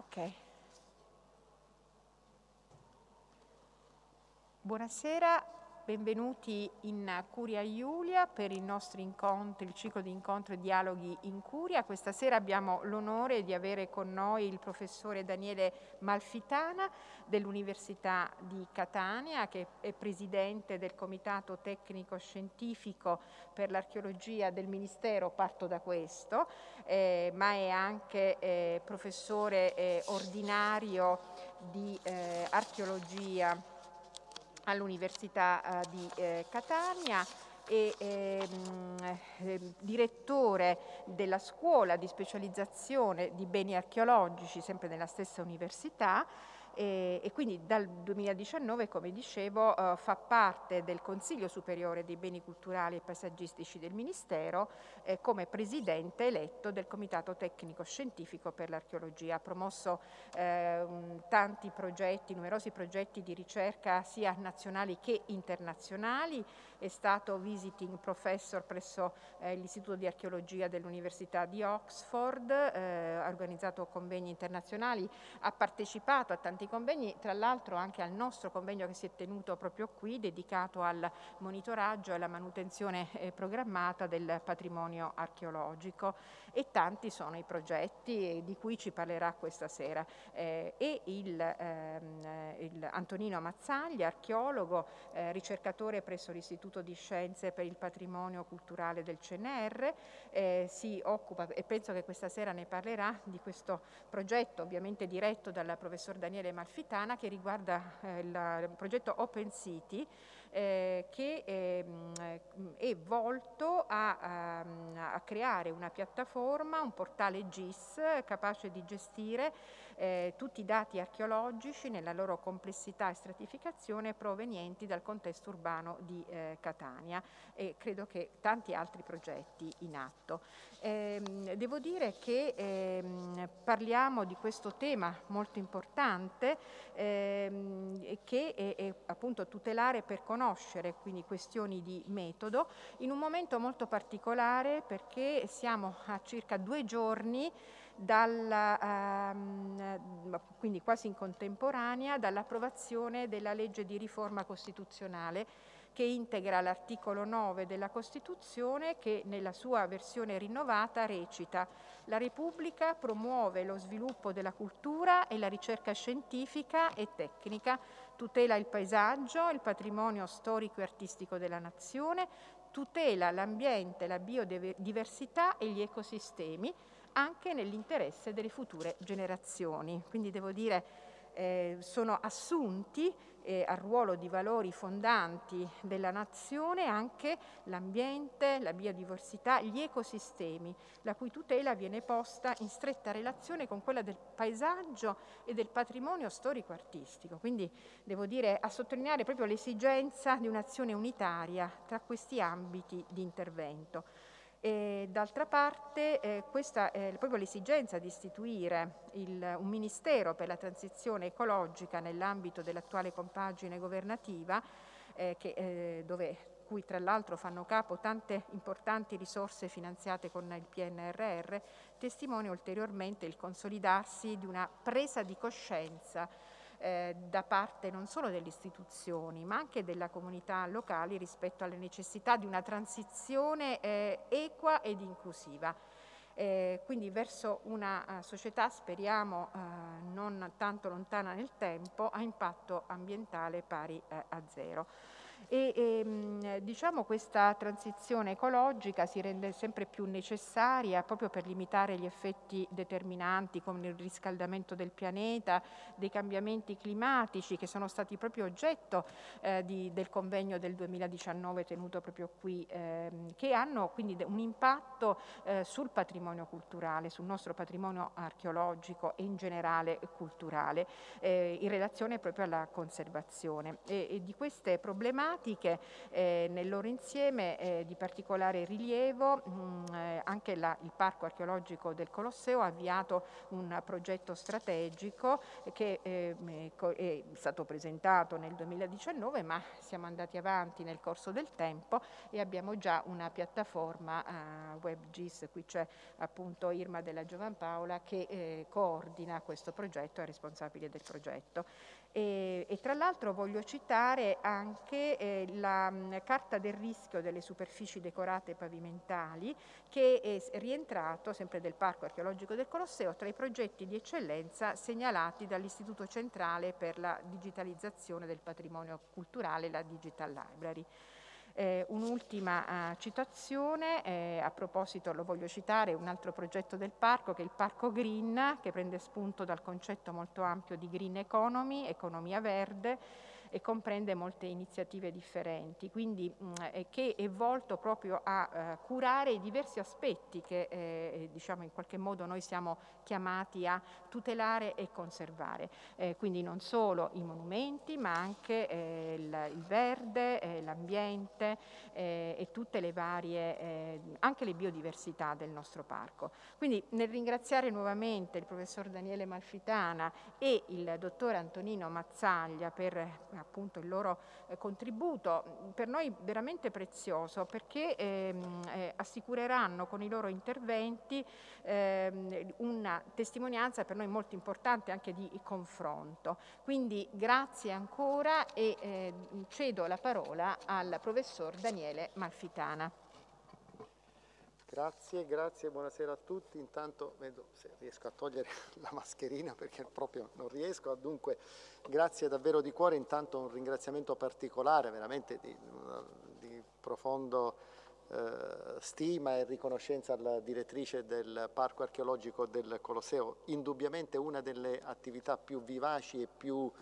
Ok. Buonasera, benvenuti in Curia Iulia per il nostro incontro, il ciclo di incontro e dialoghi in Curia. Questa sera abbiamo l'onore di avere con noi il professore Daniele Malfitana dell'Università di Catania, che è presidente del Comitato Tecnico Scientifico per l'Archeologia del Ministero, parto da questo, ma è anche professore ordinario di archeologia all'Università di Catania e direttore della scuola di specializzazione di beni archeologici, sempre nella stessa università, e quindi dal 2019, come dicevo, fa parte del Consiglio Superiore dei Beni Culturali e Paesaggistici del Ministero come presidente eletto del Comitato Tecnico Scientifico per l'Archeologia. Ha promosso tanti progetti, numerosi progetti di ricerca sia nazionali che internazionali, è stato visiting professor presso l'Istituto di Archeologia dell'Università di Oxford, ha organizzato convegni internazionali, ha partecipato a tanti convegni, tra l'altro anche al nostro convegno che si è tenuto proprio qui, dedicato al monitoraggio e alla manutenzione programmata del patrimonio archeologico, e tanti sono i progetti di cui ci parlerà questa sera. E il Antonino Mazzaglia, archeologo, ricercatore presso l'Istituto di Scienze per il Patrimonio Culturale del CNR, si occupa, e penso che questa sera ne parlerà, di questo progetto ovviamente diretto dal professor Daniele Malfitana, che riguarda il progetto Open City, che è volto a creare una piattaforma, un portale GIS capace di gestire tutti i dati archeologici nella loro complessità e stratificazione provenienti dal contesto urbano di Catania, e credo che tanti altri progetti in atto. Devo dire che parliamo di questo tema molto importante che è appunto tutelare per conoscere, quindi questioni di metodo, in un momento molto particolare, perché siamo a circa 2 giorni quindi quasi in contemporanea, dall'approvazione della legge di riforma costituzionale che integra l'articolo 9 della Costituzione, che nella sua versione rinnovata recita: la Repubblica promuove lo sviluppo della cultura e la ricerca scientifica e tecnica, tutela il paesaggio, il patrimonio storico e artistico della nazione, tutela l'ambiente, la biodiversità e gli ecosistemi, anche nell'interesse delle future generazioni. Quindi devo dire sono assunti al ruolo di valori fondanti della nazione anche l'ambiente, la biodiversità, gli ecosistemi, la cui tutela viene posta in stretta relazione con quella del paesaggio e del patrimonio storico-artistico. Quindi devo dire, a sottolineare proprio l'esigenza di un'azione unitaria tra questi ambiti di intervento. D'altra parte questa è proprio l'esigenza di istituire un Ministero per la transizione ecologica nell'ambito dell'attuale compagine governativa, cui tra l'altro fanno capo tante importanti risorse finanziate con il PNRR, testimonia ulteriormente il consolidarsi di una presa di coscienza da parte non solo delle istituzioni ma anche della comunità locali rispetto alle necessità di una transizione equa ed inclusiva. Quindi verso una società, speriamo non tanto lontana nel tempo, a impatto ambientale pari a zero. Diciamo questa transizione ecologica si rende sempre più necessaria proprio per limitare gli effetti determinanti come il riscaldamento del pianeta, dei cambiamenti climatici che sono stati proprio oggetto del convegno del 2019 tenuto proprio qui, che hanno quindi un impatto sul patrimonio culturale, sul nostro patrimonio archeologico e in generale culturale, in relazione proprio alla conservazione. E di queste problematiche tematiche nel loro insieme di particolare rilievo. Anche il Parco archeologico del Colosseo ha avviato un progetto strategico che è stato presentato nel 2019, ma siamo andati avanti nel corso del tempo e abbiamo già una piattaforma WebGIS. Qui c'è appunto Irma della Giovanpaola che coordina questo progetto, è responsabile del progetto. E tra l'altro voglio citare anche la carta del rischio delle superfici decorate pavimentali, che è rientrato sempre del Parco archeologico del Colosseo tra i progetti di eccellenza segnalati dall'Istituto Centrale per la Digitalizzazione del Patrimonio Culturale, la Digital Library. Un'ultima citazione, a proposito lo voglio citare, un altro progetto del parco che è il Parco Green, che prende spunto dal concetto molto ampio di green economy, economia verde, e comprende molte iniziative differenti, quindi che è volto proprio a curare i diversi aspetti che diciamo in qualche modo noi siamo chiamati a tutelare e conservare, quindi non solo i monumenti ma anche il verde, l'ambiente e tutte le varie, anche le biodiversità del nostro parco. Quindi nel ringraziare nuovamente il professor Daniele Malfitana e il dottor Antonino Mazzaglia per appunto il loro contributo, per noi veramente prezioso, perché assicureranno con i loro interventi una testimonianza per noi molto importante anche di confronto. Quindi grazie ancora e cedo la parola al professor Daniele Malfitana. Grazie, buonasera a tutti. Intanto vedo se riesco a togliere la mascherina perché proprio non riesco. Dunque, grazie davvero di cuore. Intanto un ringraziamento particolare, veramente di profondo stima e riconoscenza alla direttrice del Parco archeologico del Colosseo. Indubbiamente una delle attività più vivaci e più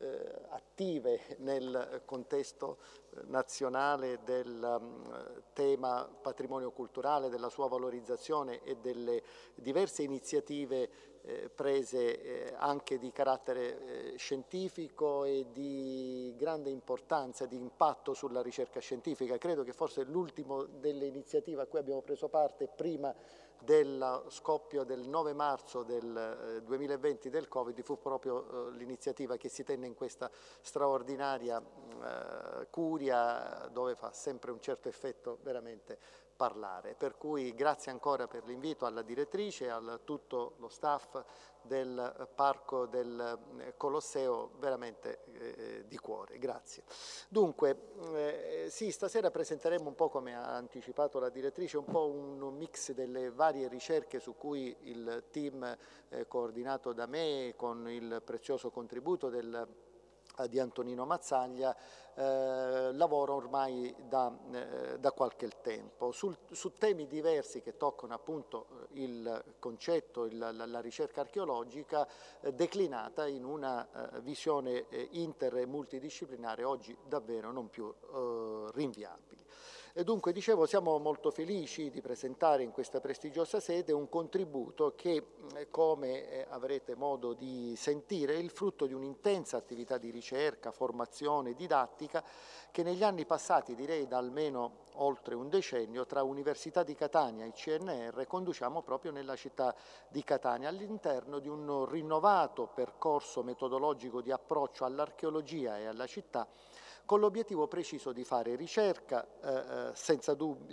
attive nel contesto nazionale del tema patrimonio culturale, della sua valorizzazione e delle diverse iniziative prese anche di carattere scientifico e di grande importanza, di impatto sulla ricerca scientifica. Credo che forse l'ultimo delle iniziative a cui abbiamo preso parte prima del scoppio del 9 marzo del 2020 del Covid fu proprio l'iniziativa che si tenne in questa straordinaria curia, dove fa sempre un certo effetto veramente parlare. Per cui grazie ancora per l'invito alla direttrice e a tutto lo staff del Parco del Colosseo, veramente di cuore, grazie. Dunque, sì, stasera presenteremo un po', come ha anticipato la direttrice, un po' un mix delle varie ricerche su cui il team coordinato da me, con il prezioso contributo di Antonino Mazzaglia, lavora ormai da qualche tempo su temi diversi che toccano appunto il concetto, la ricerca archeologica declinata in una visione inter e multidisciplinare oggi davvero non più rinviabili. E dunque, dicevo, siamo molto felici di presentare in questa prestigiosa sede un contributo che, come avrete modo di sentire, è il frutto di un'intensa attività di ricerca, formazione, didattica, che negli anni passati, direi da almeno oltre un decennio, tra Università di Catania e CNR, conduciamo proprio nella città di Catania, all'interno di un rinnovato percorso metodologico di approccio all'archeologia e alla città, con l'obiettivo preciso di fare ricerca senza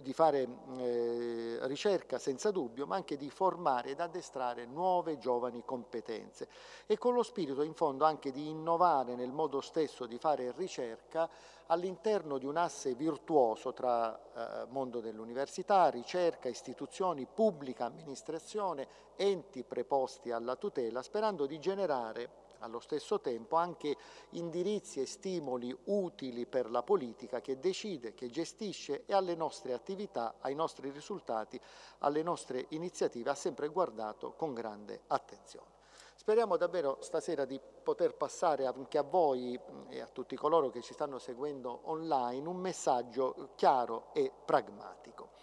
dubbio, ma anche di formare ed addestrare nuove giovani competenze e con lo spirito in fondo anche di innovare nel modo stesso di fare ricerca all'interno di un asse virtuoso tra mondo dell'università, ricerca, istituzioni, pubblica amministrazione, enti preposti alla tutela, sperando di generare allo stesso tempo anche indirizzi e stimoli utili per la politica che decide, che gestisce e alle nostre attività, ai nostri risultati, alle nostre iniziative ha sempre guardato con grande attenzione. Speriamo davvero stasera di poter passare anche a voi e a tutti coloro che ci stanno seguendo online un messaggio chiaro e pragmatico.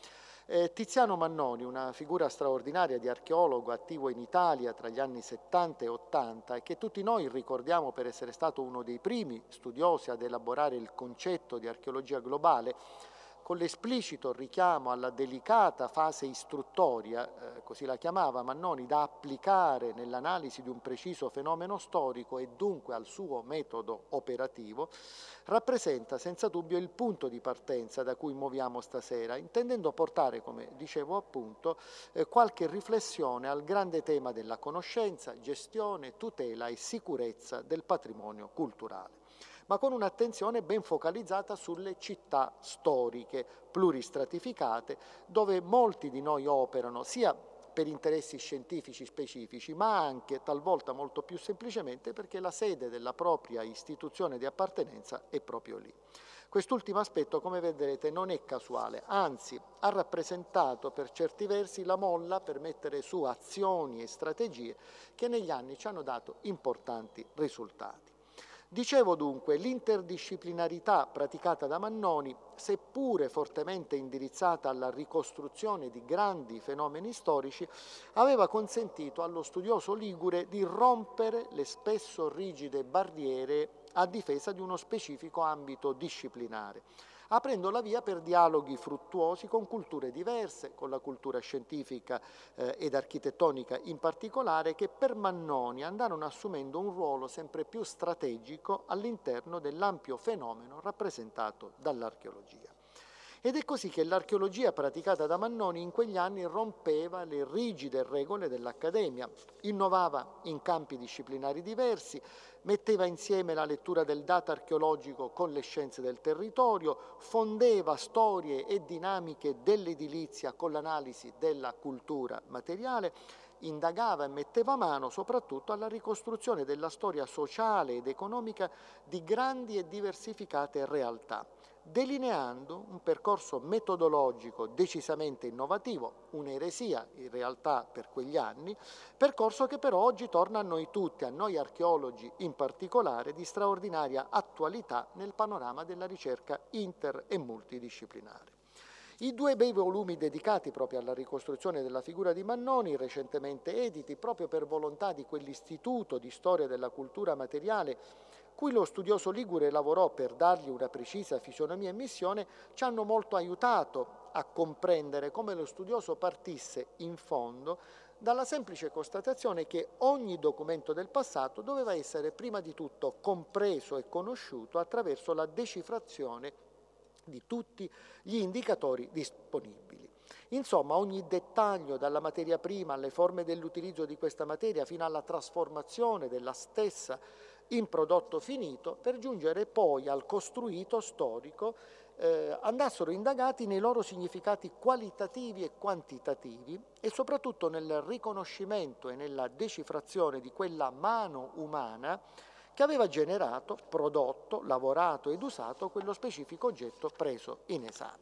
Tiziano Mannoni, una figura straordinaria di archeologo attivo in Italia tra gli anni 70 e 80 e che tutti noi ricordiamo per essere stato uno dei primi studiosi ad elaborare il concetto di archeologia globale, con l'esplicito richiamo alla delicata fase istruttoria, così la chiamava Mannoni, da applicare nell'analisi di un preciso fenomeno storico e dunque al suo metodo operativo, rappresenta senza dubbio il punto di partenza da cui muoviamo stasera, intendendo portare, come dicevo appunto, qualche riflessione al grande tema della conoscenza, gestione, tutela e sicurezza del patrimonio culturale, ma con un'attenzione ben focalizzata sulle città storiche pluristratificate, dove molti di noi operano sia per interessi scientifici specifici, ma anche talvolta molto più semplicemente perché la sede della propria istituzione di appartenenza è proprio lì. Quest'ultimo aspetto, come vedrete, non è casuale, anzi ha rappresentato per certi versi la molla per mettere su azioni e strategie che negli anni ci hanno dato importanti risultati. Dicevo dunque, l'interdisciplinarità praticata da Mannoni, seppure fortemente indirizzata alla ricostruzione di grandi fenomeni storici, aveva consentito allo studioso ligure di rompere le spesso rigide barriere a difesa di uno specifico ambito disciplinare, aprendo la via per dialoghi fruttuosi con culture diverse, con la cultura scientifica ed architettonica in particolare, che per Mannoni andarono assumendo un ruolo sempre più strategico all'interno dell'ampio fenomeno rappresentato dall'archeologia. Ed è così che l'archeologia praticata da Mannoni in quegli anni rompeva le rigide regole dell'accademia, innovava in campi disciplinari diversi, metteva insieme la lettura del dato archeologico con le scienze del territorio, fondeva storie e dinamiche dell'edilizia con l'analisi della cultura materiale, indagava e metteva mano soprattutto alla ricostruzione della storia sociale ed economica di grandi e diversificate realtà, delineando un percorso metodologico decisamente innovativo, un'eresia in realtà per quegli anni, percorso che però oggi torna a noi tutti, a noi archeologi in particolare, di straordinaria attualità nel panorama della ricerca inter- e multidisciplinare. I due bei volumi dedicati proprio alla ricostruzione della figura di Mannoni, recentemente editi proprio per volontà di quell'istituto di storia della cultura materiale cui lo studioso ligure lavorò per dargli una precisa fisionomia e missione, ci hanno molto aiutato a comprendere come lo studioso partisse in fondo dalla semplice constatazione che ogni documento del passato doveva essere prima di tutto compreso e conosciuto attraverso la decifrazione di tutti gli indicatori disponibili. Insomma, ogni dettaglio, dalla materia prima alle forme dell'utilizzo di questa materia fino alla trasformazione della stessa in prodotto finito, per giungere poi al costruito storico, andassero indagati nei loro significati qualitativi e quantitativi e soprattutto nel riconoscimento e nella decifrazione di quella mano umana che aveva generato, prodotto, lavorato ed usato quello specifico oggetto preso in esame.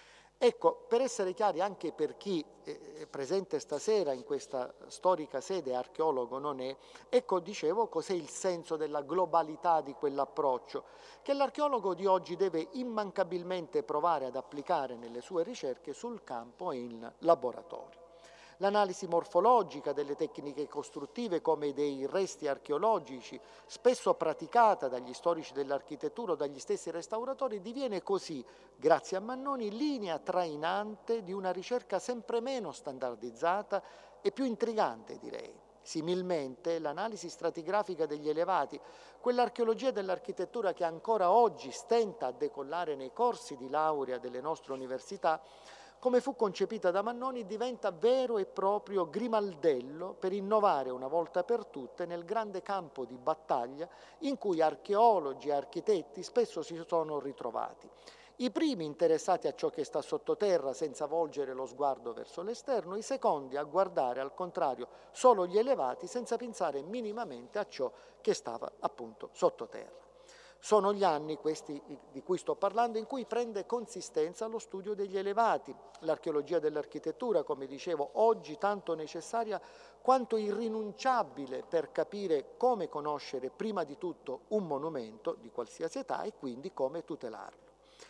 Ecco, per essere chiari anche per chi è presente stasera in questa storica sede, archeologo non è, ecco, dicevo, cos'è il senso della globalità di quell'approccio che l'archeologo di oggi deve immancabilmente provare ad applicare nelle sue ricerche sul campo e in laboratorio. L'analisi morfologica delle tecniche costruttive come dei resti archeologici, spesso praticata dagli storici dell'architettura o dagli stessi restauratori, diviene così, grazie a Mannoni, linea trainante di una ricerca sempre meno standardizzata e più intrigante, direi. Similmente, l'analisi stratigrafica degli elevati, quell'archeologia dell'architettura che ancora oggi stenta a decollare nei corsi di laurea delle nostre università, come fu concepita da Mannoni, diventa vero e proprio grimaldello per innovare una volta per tutte nel grande campo di battaglia in cui archeologi e architetti spesso si sono ritrovati. I primi interessati a ciò che sta sottoterra senza volgere lo sguardo verso l'esterno, i secondi a guardare al contrario solo gli elevati senza pensare minimamente a ciò che stava appunto sottoterra. Sono gli anni, questi di cui sto parlando, in cui prende consistenza lo studio degli elevati, l'archeologia dell'architettura, come dicevo, oggi tanto necessaria quanto irrinunciabile per capire come conoscere prima di tutto un monumento di qualsiasi età e quindi come tutelarlo.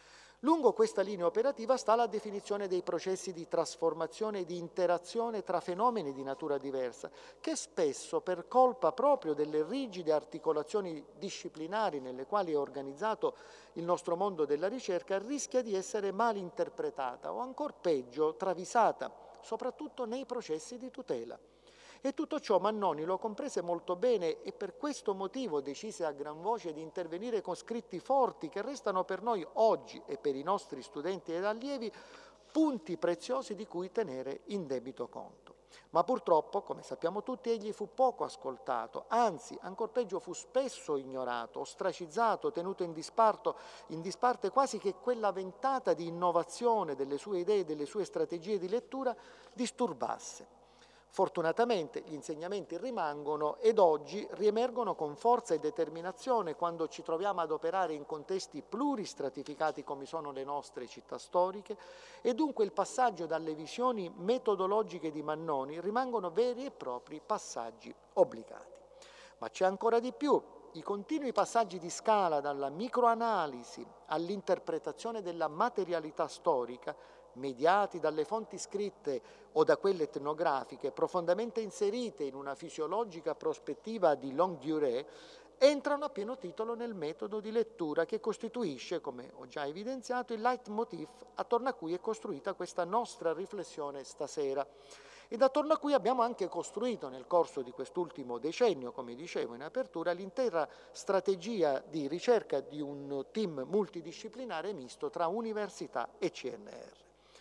Lungo questa linea operativa sta la definizione dei processi di trasformazione e di interazione tra fenomeni di natura diversa, che spesso, per colpa proprio delle rigide articolazioni disciplinari nelle quali è organizzato il nostro mondo della ricerca, rischia di essere mal interpretata o ancor peggio travisata, soprattutto nei processi di tutela. E tutto ciò Mannoni lo comprese molto bene e per questo motivo decise a gran voce di intervenire con scritti forti che restano per noi oggi e per i nostri studenti ed allievi punti preziosi di cui tenere in debito conto. Ma purtroppo, come sappiamo tutti, egli fu poco ascoltato, anzi, ancor peggio fu spesso ignorato, ostracizzato, tenuto in disparte quasi che quella ventata di innovazione delle sue idee e delle sue strategie di lettura disturbasse. Fortunatamente gli insegnamenti rimangono ed oggi riemergono con forza e determinazione quando ci troviamo ad operare in contesti pluristratificati come sono le nostre città storiche e dunque il passaggio dalle visioni metodologiche di Mannoni rimangono veri e propri passaggi obbligati. Ma c'è ancora di più. I continui passaggi di scala dalla microanalisi all'interpretazione della materialità storica mediati dalle fonti scritte o da quelle etnografiche, profondamente inserite in una fisiologica prospettiva di longue durée, entrano a pieno titolo nel metodo di lettura che costituisce, come ho già evidenziato, il leitmotiv attorno a cui è costruita questa nostra riflessione stasera. Ed attorno a cui abbiamo anche costruito nel corso di quest'ultimo decennio, come dicevo in apertura, l'intera strategia di ricerca di un team multidisciplinare misto tra università e CNR.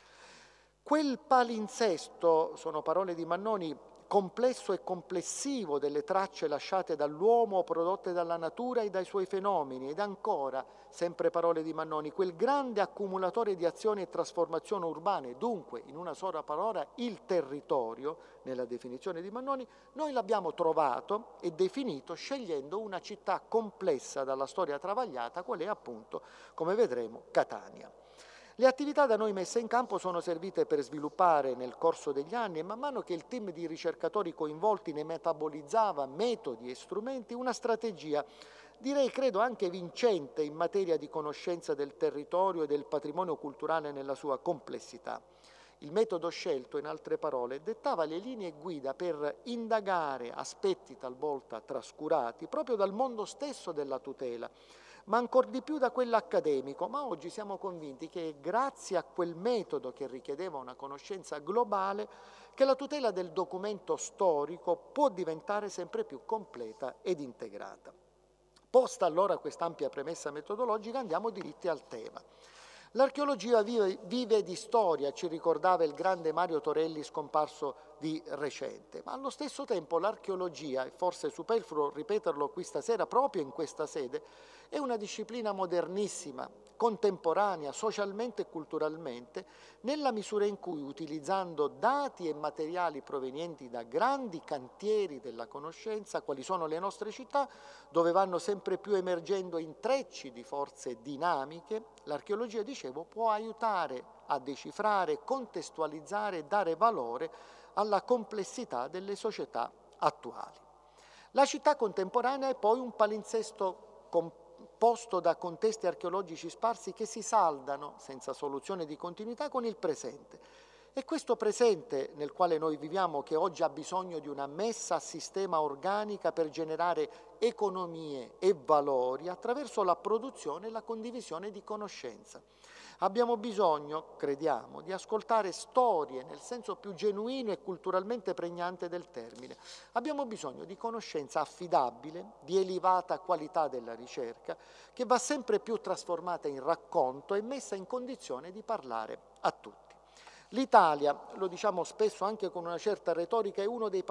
Quel palinsesto, sono parole di Mannoni, complesso e complessivo delle tracce lasciate dall'uomo o prodotte dalla natura e dai suoi fenomeni, ed ancora, sempre parole di Mannoni, quel grande accumulatore di azioni e trasformazioni urbane, dunque, in una sola parola, il territorio, nella definizione di Mannoni, noi l'abbiamo trovato e definito scegliendo una città complessa dalla storia travagliata, qual è appunto, come vedremo, Catania. Le attività da noi messe in campo sono servite per sviluppare nel corso degli anni e man mano che il team di ricercatori coinvolti ne metabolizzava metodi e strumenti, una strategia, direi credo anche vincente in materia di conoscenza del territorio e del patrimonio culturale nella sua complessità. Il metodo scelto, in altre parole, dettava le linee guida per indagare aspetti talvolta trascurati proprio dal mondo stesso della tutela, ma ancor di più da quello accademico, ma oggi siamo convinti che è grazie a quel metodo che richiedeva una conoscenza globale che la tutela del documento storico può diventare sempre più completa ed integrata. Posta allora quest'ampia premessa metodologica, andiamo diritti al tema. L'archeologia vive di storia, ci ricordava il grande Mario Torelli scomparso di recente, ma allo stesso tempo l'archeologia, e forse è superfluo ripeterlo qui stasera proprio in questa sede, è una disciplina modernissima, contemporanea, socialmente e culturalmente, nella misura in cui, utilizzando dati e materiali provenienti da grandi cantieri della conoscenza, quali sono le nostre città, dove vanno sempre più emergendo intrecci di forze dinamiche, l'archeologia, dicevo, può aiutare a decifrare, contestualizzare e dare valore alla complessità delle società attuali. La città contemporanea è poi un palinsesto composto da contesti archeologici sparsi che si saldano, senza soluzione di continuità, con il presente. E questo presente nel quale noi viviamo, che oggi ha bisogno di una messa a sistema organica per generare economie e valori attraverso la produzione e la condivisione di conoscenza. Abbiamo bisogno, crediamo, di ascoltare storie nel senso più genuino e culturalmente pregnante del termine. Abbiamo bisogno di conoscenza affidabile, di elevata qualità della ricerca, che va sempre più trasformata in racconto e messa in condizione di parlare a tutti. L'Italia, lo diciamo spesso anche con una certa retorica, è uno dei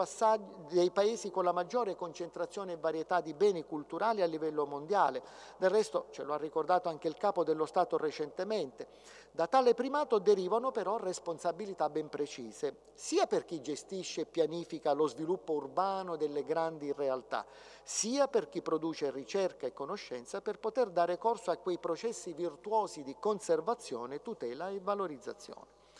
paesi con la maggiore concentrazione e varietà di beni culturali a livello mondiale. Del resto, ce lo ha ricordato anche il Capo dello Stato recentemente, da tale primato derivano però responsabilità ben precise, sia per chi gestisce e pianifica lo sviluppo urbano delle grandi realtà, sia per chi produce ricerca e conoscenza per poter dare corso a quei processi virtuosi di conservazione, tutela e valorizzazione.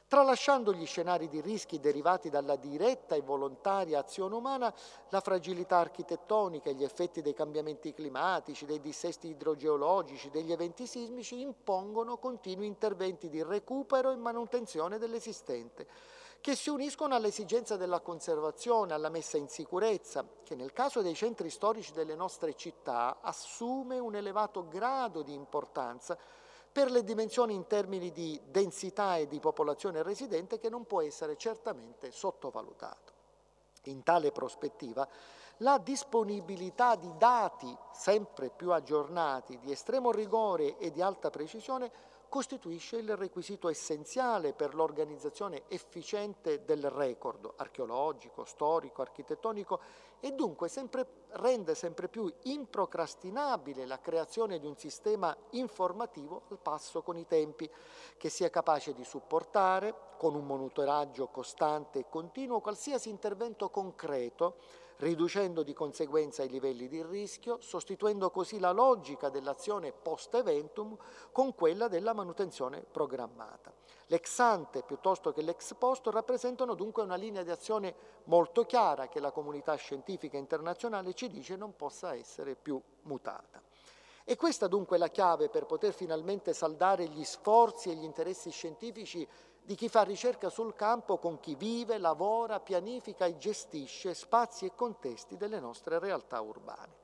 tralasciando gli scenari di rischi derivati dalla diretta e volontaria azione umana, la fragilità architettonica, gli effetti dei cambiamenti climatici, dei dissesti idrogeologici, degli eventi sismici impongono continui interventi di recupero e manutenzione dell'esistente, che si uniscono all'esigenza della conservazione, alla messa in sicurezza, che nel caso dei centri storici delle nostre città assume un elevato grado di importanza per le dimensioni in termini di densità e di popolazione residente, che non può essere certamente sottovalutato. In tale prospettiva, la disponibilità di dati sempre più aggiornati, di estremo rigore e di alta precisione costituisce il requisito essenziale per l'organizzazione efficiente del record archeologico, storico, architettonico e dunque rende sempre più improcrastinabile la creazione di un sistema informativo al passo con i tempi, che sia capace di supportare, con un monitoraggio costante e continuo, qualsiasi intervento concreto, riducendo di conseguenza i livelli di rischio, sostituendo così la logica dell'azione post-eventum con quella della manutenzione programmata. L'ex ante piuttosto che l'ex post rappresentano dunque una linea di azione molto chiara che la comunità scientifica internazionale ci dice non possa essere più mutata. E questa dunque è la chiave per poter finalmente saldare gli sforzi e gli interessi scientifici di chi fa ricerca sul campo con chi vive, lavora, pianifica e gestisce spazi e contesti delle nostre realtà urbane.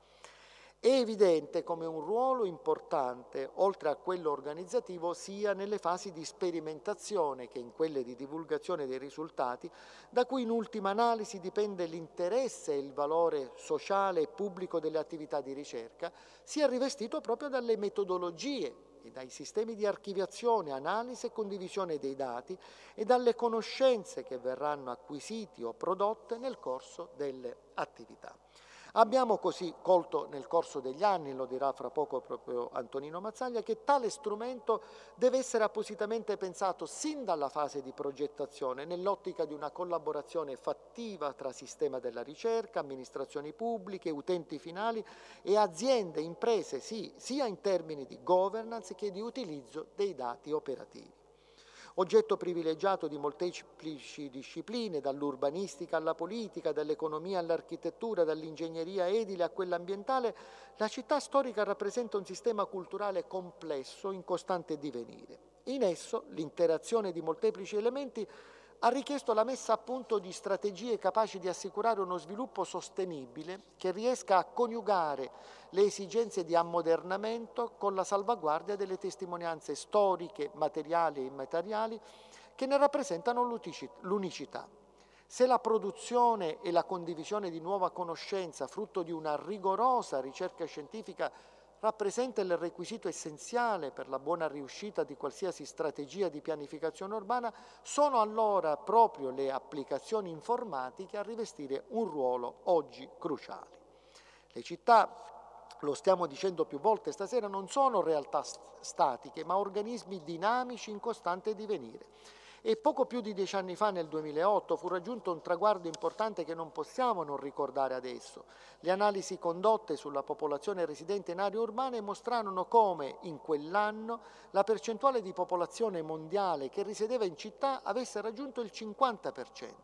È evidente come un ruolo importante, oltre a quello organizzativo, sia nelle fasi di sperimentazione che in quelle di divulgazione dei risultati, da cui in ultima analisi dipende l'interesse e il valore sociale e pubblico delle attività di ricerca, sia rivestito proprio dalle metodologie e dai sistemi di archiviazione, analisi e condivisione dei dati e dalle conoscenze che verranno acquisiti o prodotte nel corso delle attività. Abbiamo così colto nel corso degli anni, lo dirà fra poco proprio Antonino Mazzaglia, che tale strumento deve essere appositamente pensato sin dalla fase di progettazione, nell'ottica di una collaborazione fattiva tra sistema della ricerca, amministrazioni pubbliche, utenti finali e aziende, imprese, sia in termini di governance che di utilizzo dei dati operativi. Oggetto privilegiato di molteplici discipline, dall'urbanistica alla politica, dall'economia all'architettura, dall'ingegneria edile a quella ambientale, la città storica rappresenta un sistema culturale complesso in costante divenire. In esso l'interazione di molteplici elementi ha richiesto la messa a punto di strategie capaci di assicurare uno sviluppo sostenibile che riesca a coniugare le esigenze di ammodernamento con la salvaguardia delle testimonianze storiche, materiali e immateriali che ne rappresentano l'unicità. Se la produzione e la condivisione di nuova conoscenza, frutto di una rigorosa ricerca scientifica, rappresenta il requisito essenziale per la buona riuscita di qualsiasi strategia di pianificazione urbana, sono allora proprio le applicazioni informatiche a rivestire un ruolo oggi cruciale. Le città, lo stiamo dicendo più volte stasera, non sono realtà statiche, ma organismi dinamici in costante divenire. E poco più di 10 anni fa, nel 2008, fu raggiunto un traguardo importante che non possiamo non ricordare adesso. Le analisi condotte sulla popolazione residente in aree urbane mostrarono come, in quell'anno, la percentuale di popolazione mondiale che risiedeva in città avesse raggiunto il 50%.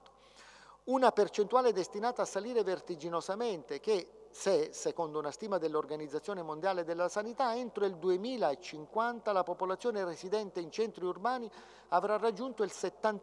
Una percentuale destinata a salire vertiginosamente che, se, secondo una stima dell'Organizzazione Mondiale della Sanità, entro il 2050 la popolazione residente in centri urbani avrà raggiunto il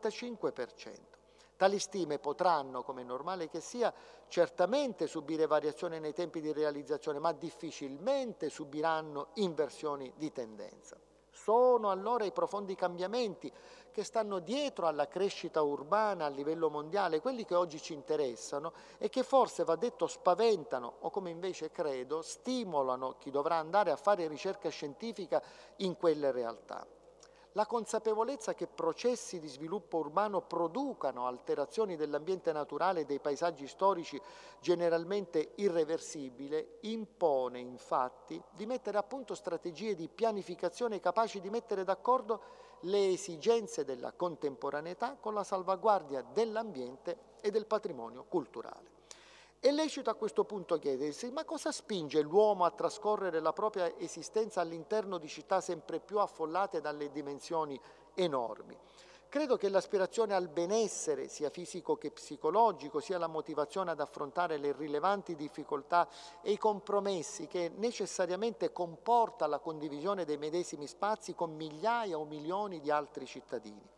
75%. Tali stime potranno, come è normale che sia, certamente subire variazioni nei tempi di realizzazione, ma difficilmente subiranno inversioni di tendenza. Sono allora i profondi cambiamenti che stanno dietro alla crescita urbana a livello mondiale, quelli che oggi ci interessano e che forse, va detto, spaventano o, come invece credo, stimolano chi dovrà andare a fare ricerca scientifica in quelle realtà. La consapevolezza che processi di sviluppo urbano producano alterazioni dell'ambiente naturale e dei paesaggi storici generalmente irreversibile impone infatti di mettere a punto strategie di pianificazione capaci di mettere d'accordo le esigenze della contemporaneità con la salvaguardia dell'ambiente e del patrimonio culturale. È lecito a questo punto chiedersi: ma cosa spinge l'uomo a trascorrere la propria esistenza all'interno di città sempre più affollate dalle dimensioni enormi? Credo che l'aspirazione al benessere, sia fisico che psicologico, sia la motivazione ad affrontare le rilevanti difficoltà e i compromessi che necessariamente comporta la condivisione dei medesimi spazi con migliaia o milioni di altri cittadini.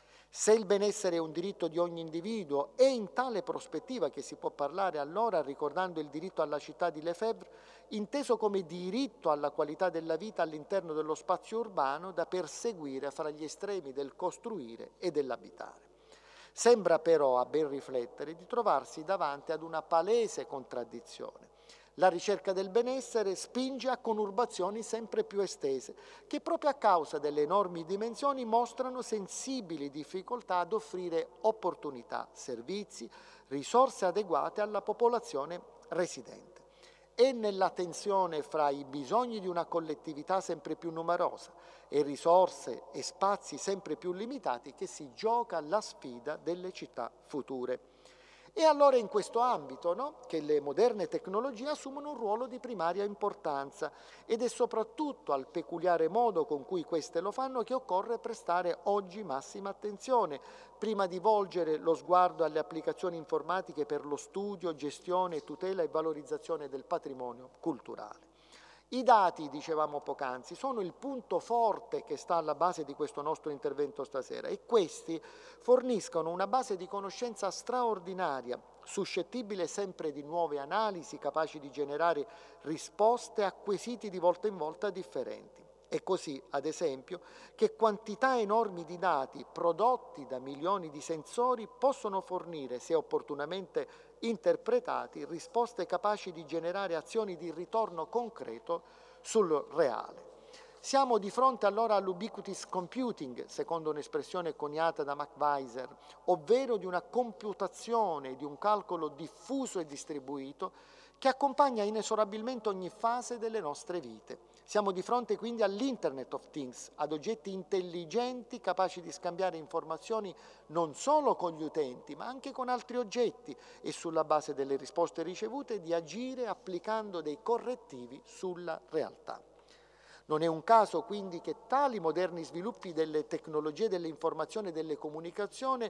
Se il benessere è un diritto di ogni individuo, è in tale prospettiva che si può parlare allora, ricordando il diritto alla città di Lefebvre, inteso come diritto alla qualità della vita all'interno dello spazio urbano da perseguire fra gli estremi del costruire e dell'abitare. Sembra però, a ben riflettere, di trovarsi davanti ad una palese contraddizione. La ricerca del benessere spinge a conurbazioni sempre più estese, che proprio a causa delle enormi dimensioni mostrano sensibili difficoltà ad offrire opportunità, servizi, risorse adeguate alla popolazione residente. È nella tensione fra i bisogni di una collettività sempre più numerosa e risorse e spazi sempre più limitati che si gioca la sfida delle città future. E allora in questo ambito, no, che le moderne tecnologie assumono un ruolo di primaria importanza ed è soprattutto al peculiare modo con cui queste lo fanno che occorre prestare oggi massima attenzione, prima di volgere lo sguardo alle applicazioni informatiche per lo studio, gestione, tutela e valorizzazione del patrimonio culturale. I dati, dicevamo poc'anzi, sono il punto forte che sta alla base di questo nostro intervento stasera e questi forniscono una base di conoscenza straordinaria, suscettibile sempre di nuove analisi, capaci di generare risposte a quesiti di volta in volta differenti. È così, ad esempio, che quantità enormi di dati prodotti da milioni di sensori possono fornire, se opportunamente interpretati, risposte capaci di generare azioni di ritorno concreto sul reale. Siamo di fronte allora all'ubiquitous computing, secondo un'espressione coniata da MacWeiser, ovvero di una computazione, di un calcolo diffuso e distribuito che accompagna inesorabilmente ogni fase delle nostre vite. Siamo di fronte quindi all'Internet of Things, ad oggetti intelligenti capaci di scambiare informazioni non solo con gli utenti, ma anche con altri oggetti e sulla base delle risposte ricevute di agire applicando dei correttivi sulla realtà. Non è un caso quindi che tali moderni sviluppi delle tecnologie dell'informazione e delle comunicazioni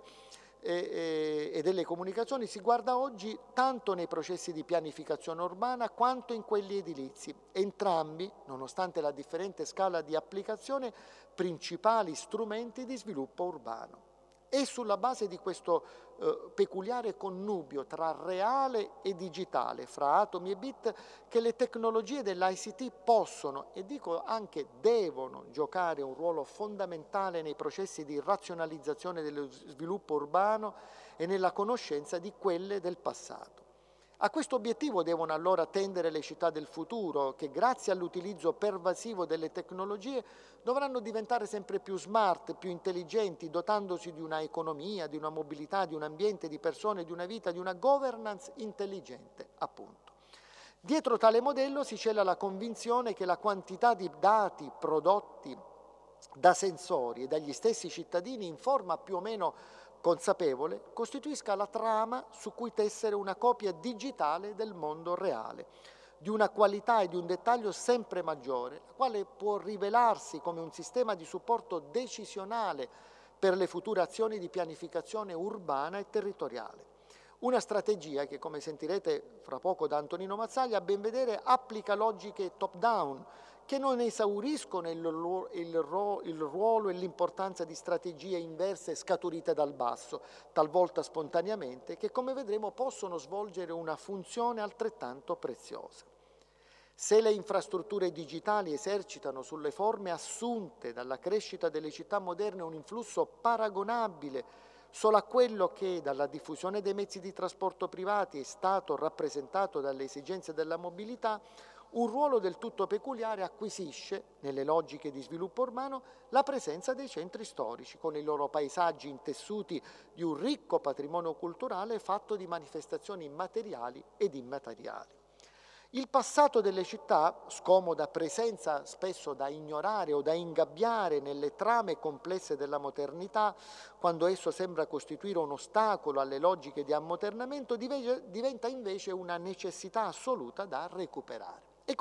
si guarda oggi tanto nei processi di pianificazione urbana quanto in quelli edilizi, entrambi, nonostante la differente scala di applicazione, principali strumenti di sviluppo urbano. È sulla base di questo peculiare connubio tra reale e digitale, fra atomi e bit, che le tecnologie dell'ICT possono, e dico anche devono, giocare un ruolo fondamentale nei processi di razionalizzazione dello sviluppo urbano e nella conoscenza di quelle del passato. A questo obiettivo devono allora tendere le città del futuro che grazie all'utilizzo pervasivo delle tecnologie dovranno diventare sempre più smart, più intelligenti, dotandosi di una economia, di una mobilità, di un ambiente, di persone, di una vita, di una governance intelligente, appunto. Dietro tale modello si cela la convinzione che la quantità di dati prodotti da sensori e dagli stessi cittadini in forma più o meno consapevole, costituisca la trama su cui tessere una copia digitale del mondo reale, di una qualità e di un dettaglio sempre maggiore, la quale può rivelarsi come un sistema di supporto decisionale per le future azioni di pianificazione urbana e territoriale. Una strategia che, come sentirete fra poco da Antonino Mazzaglia, a ben vedere applica logiche top-down, che non esauriscono il ruolo e l'importanza di strategie inverse scaturite dal basso, talvolta spontaneamente, che come vedremo possono svolgere una funzione altrettanto preziosa. Se le infrastrutture digitali esercitano sulle forme assunte dalla crescita delle città moderne un influsso paragonabile solo a quello che dalla diffusione dei mezzi di trasporto privati è stato rappresentato dalle esigenze della mobilità, un ruolo del tutto peculiare acquisisce, nelle logiche di sviluppo urbano, la presenza dei centri storici, con i loro paesaggi intessuti di un ricco patrimonio culturale fatto di manifestazioni materiali ed immateriali. Il passato delle città, scomoda presenza spesso da ignorare o da ingabbiare nelle trame complesse della modernità, quando esso sembra costituire un ostacolo alle logiche di ammodernamento, diventa invece una necessità assoluta da recuperare. E così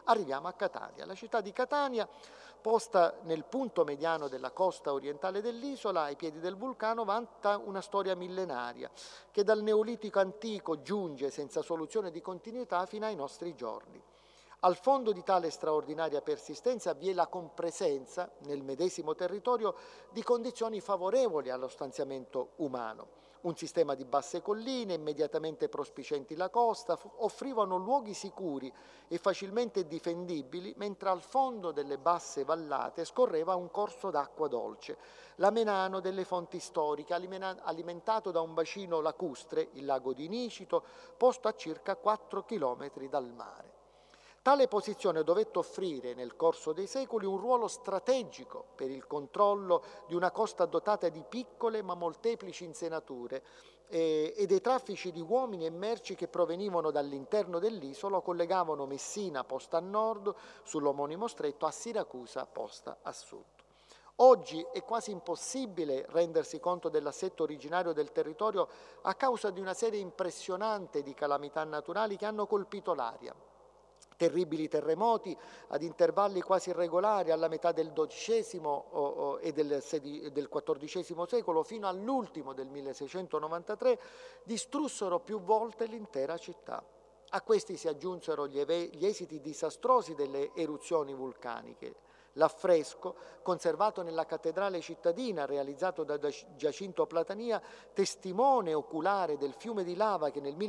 Arriviamo a Catania. La città di Catania, posta nel punto mediano della costa orientale dell'isola, ai piedi del vulcano, vanta una storia millenaria che dal Neolitico antico giunge senza soluzione di continuità fino ai nostri giorni. Al fondo di tale straordinaria persistenza vi è la compresenza, nel medesimo territorio, di condizioni favorevoli allo stanziamento umano. Un sistema di basse colline, immediatamente prospicienti la costa, offrivano luoghi sicuri e facilmente difendibili, mentre al fondo delle basse vallate scorreva un corso d'acqua dolce, l'amenano delle fonti storiche, alimentato da un bacino lacustre, il lago di Nicito, posto a circa 4 chilometri dal mare. Tale posizione dovette offrire nel corso dei secoli un ruolo strategico per il controllo di una costa dotata di piccole ma molteplici insenature e dei traffici di uomini e merci che provenivano dall'interno dell'isola o collegavano Messina, posta a nord, sull'omonimo stretto, a Siracusa, posta a sud. Oggi è quasi impossibile rendersi conto dell'assetto originario del territorio a causa di una serie impressionante di calamità naturali che hanno colpito l'area. Terribili terremoti ad intervalli quasi irregolari alla metà del XII e del XIV secolo fino all'ultimo del 1693 distrussero più volte l'intera città. A questi si aggiunsero gli esiti disastrosi delle eruzioni vulcaniche. L'affresco, conservato nella cattedrale cittadina, realizzato da Giacinto Platania, testimone oculare del fiume di lava che nel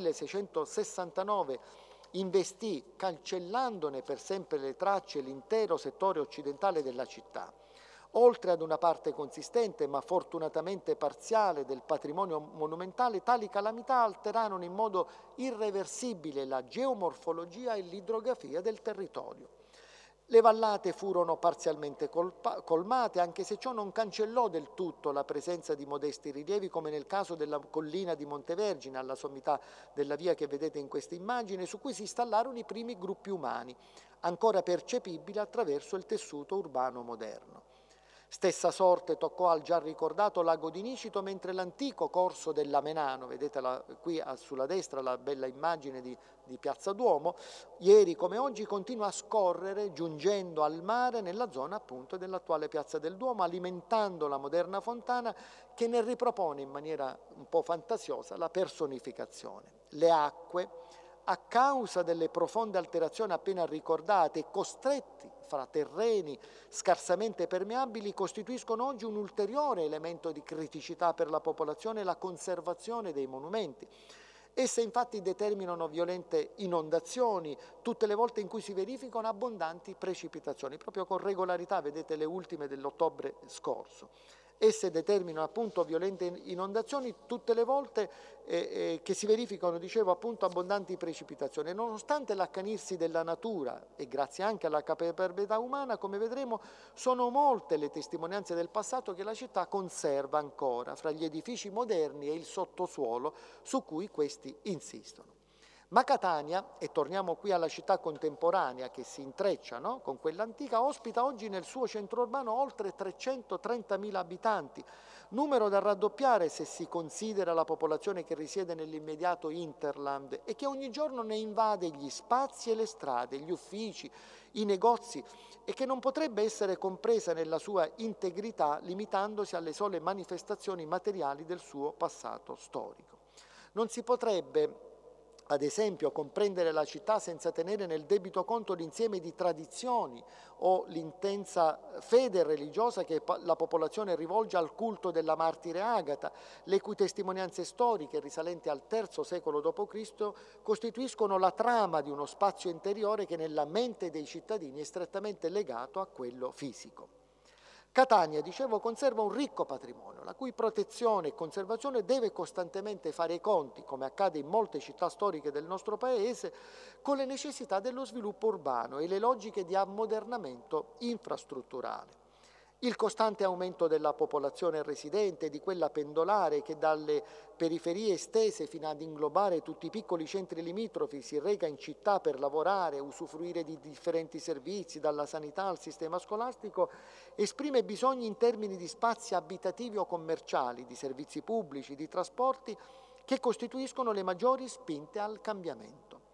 1669 investì, cancellandone per sempre le tracce, l'intero settore occidentale della città. Oltre ad una parte consistente, ma fortunatamente parziale, del patrimonio monumentale, tali calamità alterarono in modo irreversibile la geomorfologia e l'idrografia del territorio. Le vallate furono parzialmente colmate, anche se ciò non cancellò del tutto la presenza di modesti rilievi, come nel caso della collina di Montevergine, alla sommità della via che vedete in questa immagine, su cui si installarono i primi gruppi umani, ancora percepibili attraverso il tessuto urbano moderno. Stessa sorte toccò al già ricordato lago di Nicito, mentre l'antico corso dell'Amenano, vedete qui sulla destra la bella immagine di Piazza Duomo, ieri come oggi continua a scorrere giungendo al mare nella zona appunto dell'attuale Piazza del Duomo, alimentando la moderna fontana che ne ripropone in maniera un po' fantasiosa la personificazione. Le acque, a causa delle profonde alterazioni appena ricordate e costretti fra terreni scarsamente permeabili, costituiscono oggi un ulteriore elemento di criticità per la popolazione e la conservazione dei monumenti. Esse infatti determinano violente inondazioni tutte le volte in cui si verificano abbondanti precipitazioni, proprio con regolarità, vedete le ultime dell'ottobre scorso. Esse determinano appunto violente inondazioni tutte le volte che si verificano, dicevo appunto, abbondanti precipitazioni. E nonostante l'accanirsi della natura e grazie anche alla caparbietà umana, come vedremo, sono molte le testimonianze del passato che la città conserva ancora fra gli edifici moderni e il sottosuolo su cui questi insistono. Ma Catania, e torniamo qui alla città contemporanea che si intreccia con quella antica, ospita oggi nel suo centro urbano oltre 330.000 abitanti, numero da raddoppiare se si considera la popolazione che risiede nell'immediato hinterland e che ogni giorno ne invade gli spazi e le strade, gli uffici, i negozi, e che non potrebbe essere compresa nella sua integrità limitandosi alle sole manifestazioni materiali del suo passato storico. Non si potrebbe ad esempio comprendere la città senza tenere nel debito conto l'insieme di tradizioni o l'intensa fede religiosa che la popolazione rivolge al culto della martire Agata, le cui testimonianze storiche risalenti al III secolo d.C. costituiscono la trama di uno spazio interiore che nella mente dei cittadini è strettamente legato a quello fisico. Catania, dicevo, conserva un ricco patrimonio, la cui protezione e conservazione deve costantemente fare i conti, come accade in molte città storiche del nostro Paese, con le necessità dello sviluppo urbano e le logiche di ammodernamento infrastrutturale. Il costante aumento della popolazione residente e di quella pendolare che dalle periferie estese fino ad inglobare tutti i piccoli centri limitrofi si reca in città per lavorare, usufruire di differenti servizi, dalla sanità al sistema scolastico, esprime bisogni in termini di spazi abitativi o commerciali, di servizi pubblici, di trasporti che costituiscono le maggiori spinte al cambiamento.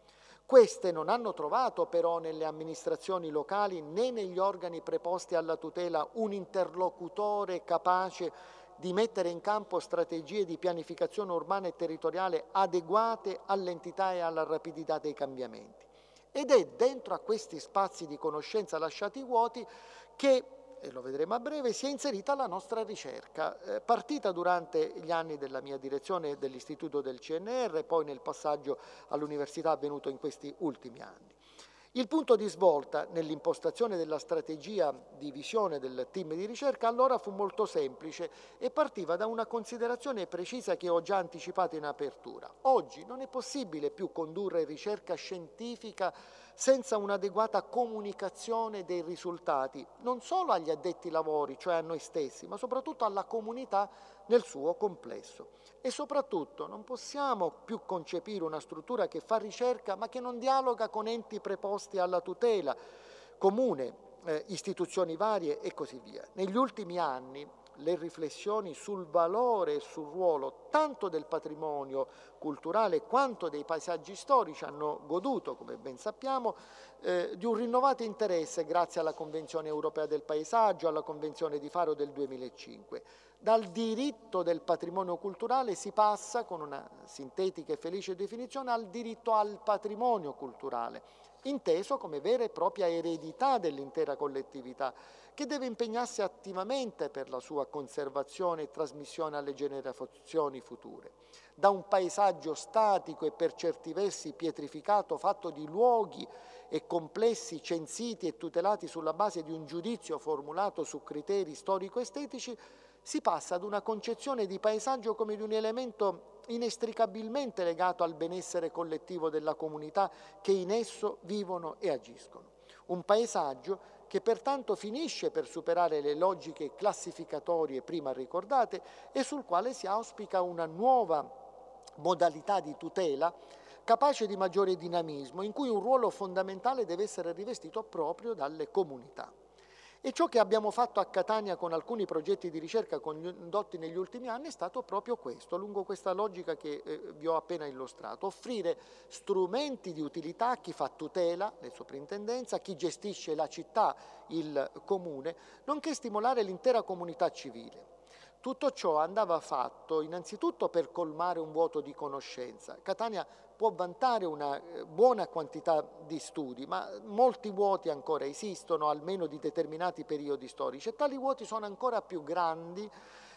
Queste non hanno trovato però nelle amministrazioni locali né negli organi preposti alla tutela un interlocutore capace di mettere in campo strategie di pianificazione urbana e territoriale adeguate all'entità e alla rapidità dei cambiamenti. Ed è dentro a questi spazi di conoscenza lasciati vuoti che, e lo vedremo a breve, si è inserita la nostra ricerca, partita durante gli anni della mia direzione dell'Istituto del CNR, poi nel passaggio all'università avvenuto in questi ultimi anni. Il punto di svolta nell'impostazione della strategia di visione del team di ricerca allora fu molto semplice e partiva da una considerazione precisa che ho già anticipato in apertura. Oggi non è possibile più condurre ricerca scientifica senza un'adeguata comunicazione dei risultati, non solo agli addetti ai lavori, cioè a noi stessi, ma soprattutto alla comunità nel suo complesso. E soprattutto non possiamo più concepire una struttura che fa ricerca ma che non dialoga con enti preposti alla tutela comune, istituzioni varie e così via. Negli ultimi anni le riflessioni sul valore e sul ruolo tanto del patrimonio culturale quanto dei paesaggi storici hanno goduto, come ben sappiamo, di un rinnovato interesse grazie alla Convenzione europea del paesaggio, alla Convenzione di Faro del 2005. Dal diritto del patrimonio culturale si passa, con una sintetica e felice definizione, al diritto al patrimonio culturale, inteso come vera e propria eredità dell'intera collettività, che deve impegnarsi attivamente per la sua conservazione e trasmissione alle generazioni future. Da un paesaggio statico e per certi versi pietrificato, fatto di luoghi e complessi censiti e tutelati sulla base di un giudizio formulato su criteri storico-estetici, si passa ad una concezione di paesaggio come di un elemento inestricabilmente legato al benessere collettivo della comunità che in esso vivono e agiscono. Un paesaggio che pertanto finisce per superare le logiche classificatorie prima ricordate e sul quale si auspica una nuova modalità di tutela capace di maggiore dinamismo, in cui un ruolo fondamentale deve essere rivestito proprio dalle comunità. E ciò che abbiamo fatto a Catania con alcuni progetti di ricerca condotti negli ultimi anni è stato proprio questo, lungo questa logica che vi ho appena illustrato: offrire strumenti di utilità a chi fa tutela, le soprintendenze, a chi gestisce la città, il comune, nonché stimolare l'intera comunità civile. Tutto ciò andava fatto innanzitutto per colmare un vuoto di conoscenza. Catania può vantare una buona quantità di studi, ma molti vuoti ancora esistono, almeno di determinati periodi storici, e tali vuoti sono ancora più grandi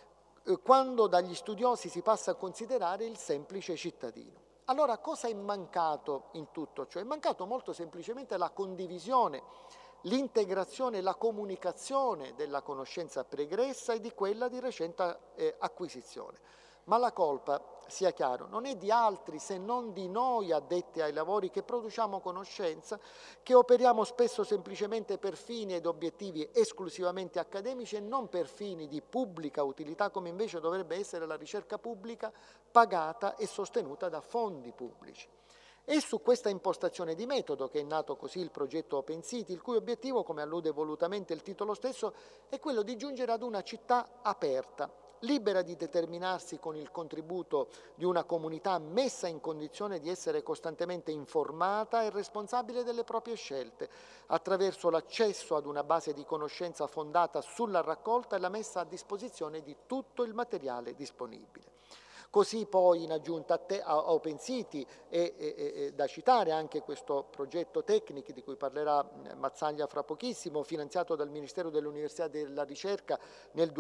quando dagli studiosi si passa a considerare il semplice cittadino. Allora, cosa è mancato in tutto ciò? È mancato molto semplicemente la condivisione, l'integrazione e la comunicazione della conoscenza pregressa e di quella di recente acquisizione. Ma la colpa, sia chiaro, non è di altri se non di noi addetti ai lavori che produciamo conoscenza, che operiamo spesso semplicemente per fini ed obiettivi esclusivamente accademici e non per fini di pubblica utilità, come invece dovrebbe essere la ricerca pubblica pagata e sostenuta da fondi pubblici. È su questa impostazione di metodo che è nato così il progetto Open City, il cui obiettivo, come allude volutamente il titolo stesso, è quello di giungere ad una città aperta, libera di determinarsi con il contributo di una comunità messa in condizione di essere costantemente informata e responsabile delle proprie scelte, attraverso l'accesso ad una base di conoscenza fondata sulla raccolta e la messa a disposizione di tutto il materiale disponibile. Così poi, in aggiunta a Open City, è da citare anche questo progetto Tecnic, di cui parlerà Mazzaglia fra pochissimo, finanziato dal Ministero dell'Università e della Ricerca nel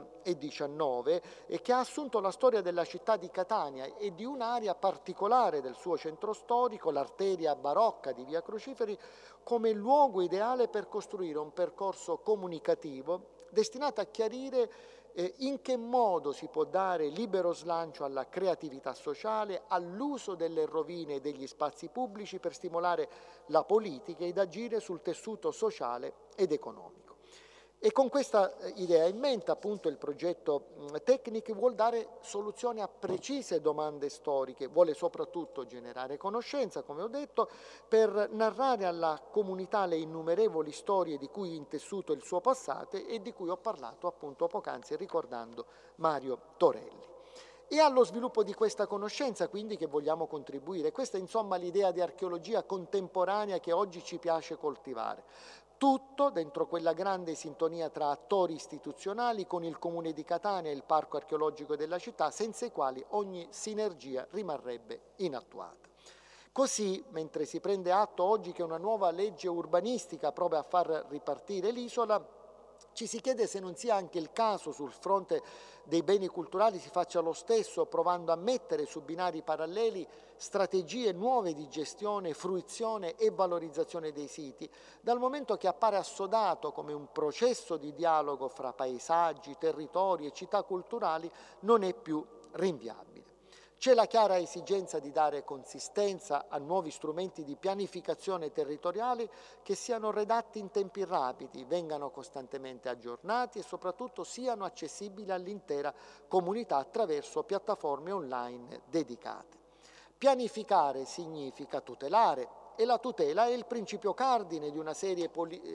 2019, e che ha assunto la storia della città di Catania e di un'area particolare del suo centro storico, l'arteria barocca di Via Cruciferi, come luogo ideale per costruire un percorso comunicativo destinato a chiarire in che modo si può dare libero slancio alla creatività sociale, all'uso delle rovine e degli spazi pubblici per stimolare la politica ed agire sul tessuto sociale ed economico. E con questa idea in mente, appunto, il progetto Tecnic vuol dare soluzioni a precise domande storiche, vuole soprattutto generare conoscenza, come ho detto, per narrare alla comunità le innumerevoli storie di cui è intessuto il suo passato e di cui ho parlato appunto poc'anzi ricordando Mario Torelli. e allo sviluppo di questa conoscenza, quindi, che vogliamo contribuire. Questa è insomma l'idea di archeologia contemporanea che oggi ci piace coltivare. Tutto dentro quella grande sintonia tra attori istituzionali con il Comune di Catania e il Parco archeologico della città, senza i quali ogni sinergia rimarrebbe inattuata. Così, mentre si prende atto oggi che una nuova legge urbanistica prova a far ripartire l'isola, ci si chiede se non sia anche il caso sul fronte dei beni culturali si faccia lo stesso, provando a mettere su binari paralleli strategie nuove di gestione, fruizione e valorizzazione dei siti, dal momento che appare assodato come un processo di dialogo fra paesaggi, territori e città culturali non è più rinviabile. C'è la chiara esigenza di dare consistenza a nuovi strumenti di pianificazione territoriali che siano redatti in tempi rapidi, vengano costantemente aggiornati e soprattutto siano accessibili all'intera comunità attraverso piattaforme online dedicate. Pianificare significa tutelare e la tutela è il principio cardine di una serie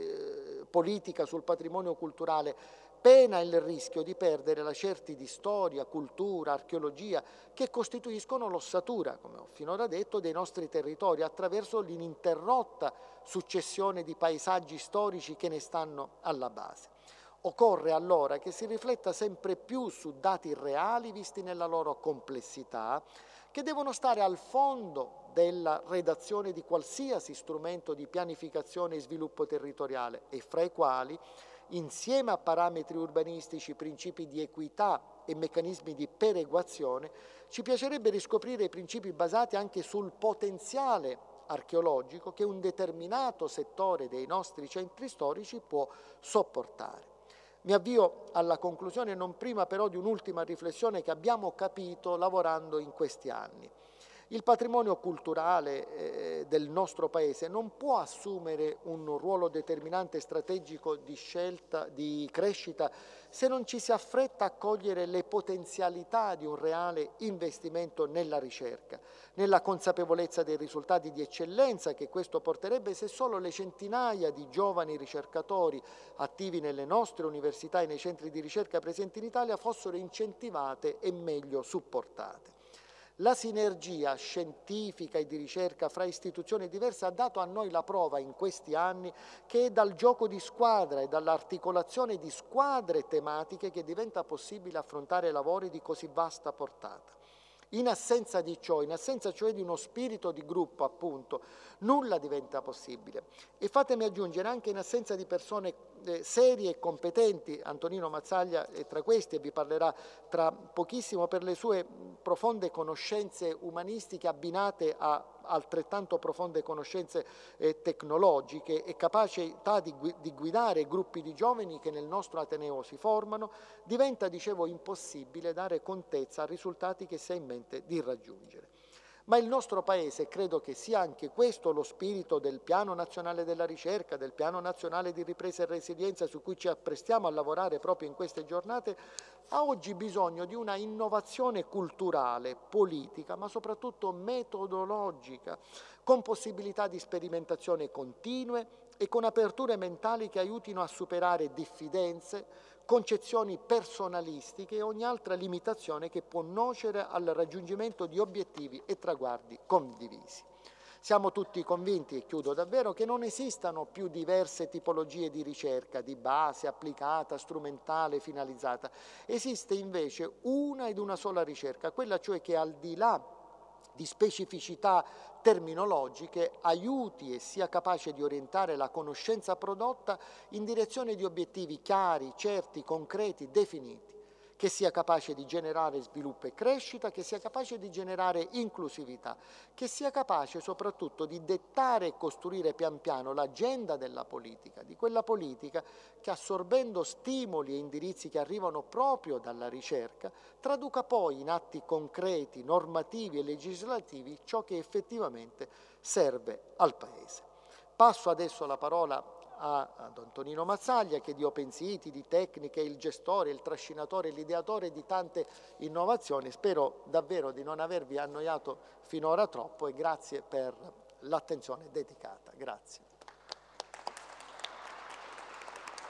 politica sul patrimonio culturale, pena il rischio di perdere la certi di storia, cultura, archeologia che costituiscono l'ossatura, come ho finora detto, dei nostri territori attraverso l'ininterrotta successione di paesaggi storici che ne stanno alla base. Occorre allora che si rifletta sempre più su dati reali visti nella loro complessità, che devono stare al fondo della redazione di qualsiasi strumento di pianificazione e sviluppo territoriale e fra i quali, insieme a parametri urbanistici, principi di equità e meccanismi di perequazione, ci piacerebbe riscoprire i principi basati anche sul potenziale archeologico che un determinato settore dei nostri centri storici può sopportare. Mi avvio alla conclusione, non prima però di un'ultima riflessione che abbiamo capito lavorando in questi anni. Il patrimonio culturale del nostro Paese non può assumere un ruolo determinante e strategico di scelta, di crescita, se non ci si affretta a cogliere le potenzialità di un reale investimento nella ricerca, nella consapevolezza dei risultati di eccellenza che questo porterebbe se solo le centinaia di giovani ricercatori attivi nelle nostre università e nei centri di ricerca presenti in Italia fossero incentivate e meglio supportate. La sinergia scientifica e di ricerca fra istituzioni diverse ha dato a noi la prova in questi anni che è dal gioco di squadra e dall'articolazione di squadre tematiche che diventa possibile affrontare lavori di così vasta portata. In assenza di ciò, in assenza cioè di uno spirito di gruppo, appunto, nulla diventa possibile. E fatemi aggiungere, anche in assenza di persone serie e competenti, Antonino Mazzaglia è tra questi e vi parlerà tra pochissimo per le sue profonde conoscenze umanistiche abbinate a altrettanto profonde conoscenze tecnologiche e capacità di guidare gruppi di giovani che nel nostro Ateneo si formano, diventa, dicevo, impossibile dare contezza a risultati che si ha in mente di raggiungere. Ma il nostro Paese, credo che sia anche questo lo spirito del Piano Nazionale della Ricerca, del Piano Nazionale di Ripresa e Resilienza su cui ci apprestiamo a lavorare proprio in queste giornate, ha oggi bisogno di una innovazione culturale, politica, ma soprattutto metodologica, con possibilità di sperimentazione continue e con aperture mentali che aiutino a superare diffidenze, concezioni personalistiche e ogni altra limitazione che può nuocere al raggiungimento di obiettivi e traguardi condivisi. Siamo tutti convinti, e chiudo davvero, che non esistano più diverse tipologie di ricerca, di base, applicata, strumentale, finalizzata. Esiste invece una ed una sola ricerca, quella cioè che al di là di specificità terminologiche aiuti e sia capace di orientare la conoscenza prodotta in direzione di obiettivi chiari, certi, concreti, definiti, che sia capace di generare sviluppo e crescita, che sia capace di generare inclusività, che sia capace soprattutto di dettare e costruire pian piano l'agenda della politica, di quella politica che assorbendo stimoli e indirizzi che arrivano proprio dalla ricerca, traduca poi in atti concreti, normativi e legislativi ciò che effettivamente serve al Paese. Passo adesso la parola ad Antonino Mazzaglia, che di Open City, di tecniche, il gestore, il trascinatore, l'ideatore di tante innovazioni. Spero davvero di non avervi annoiato finora troppo e grazie per l'attenzione dedicata. Grazie.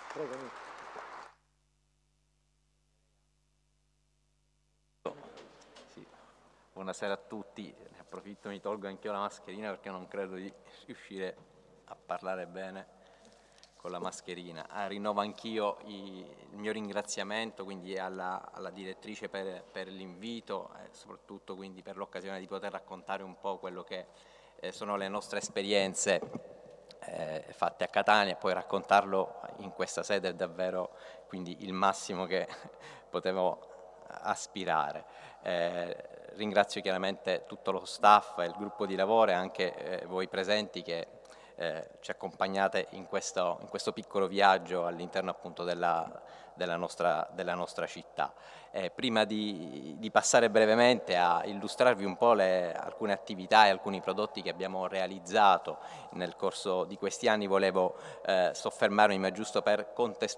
Prego. Buonasera a tutti, ne approfitto, mi tolgo anche io la mascherina perché non credo di riuscire a parlare bene con la mascherina. Rinnovo anch'io il mio ringraziamento quindi alla direttrice per l'invito e soprattutto quindi per l'occasione di poter raccontare un po' quello che sono le nostre esperienze fatte a Catania, e poi raccontarlo in questa sede è davvero quindi il massimo che potevo aspirare. Ringrazio chiaramente tutto lo staff e il gruppo di lavoro e anche voi presenti che ci accompagnate in questo piccolo viaggio all'interno appunto della nostra città. Prima di passare brevemente a illustrarvi un po' alcune attività e alcuni prodotti che abbiamo realizzato nel corso di questi anni, volevo soffermarmi, ma giusto per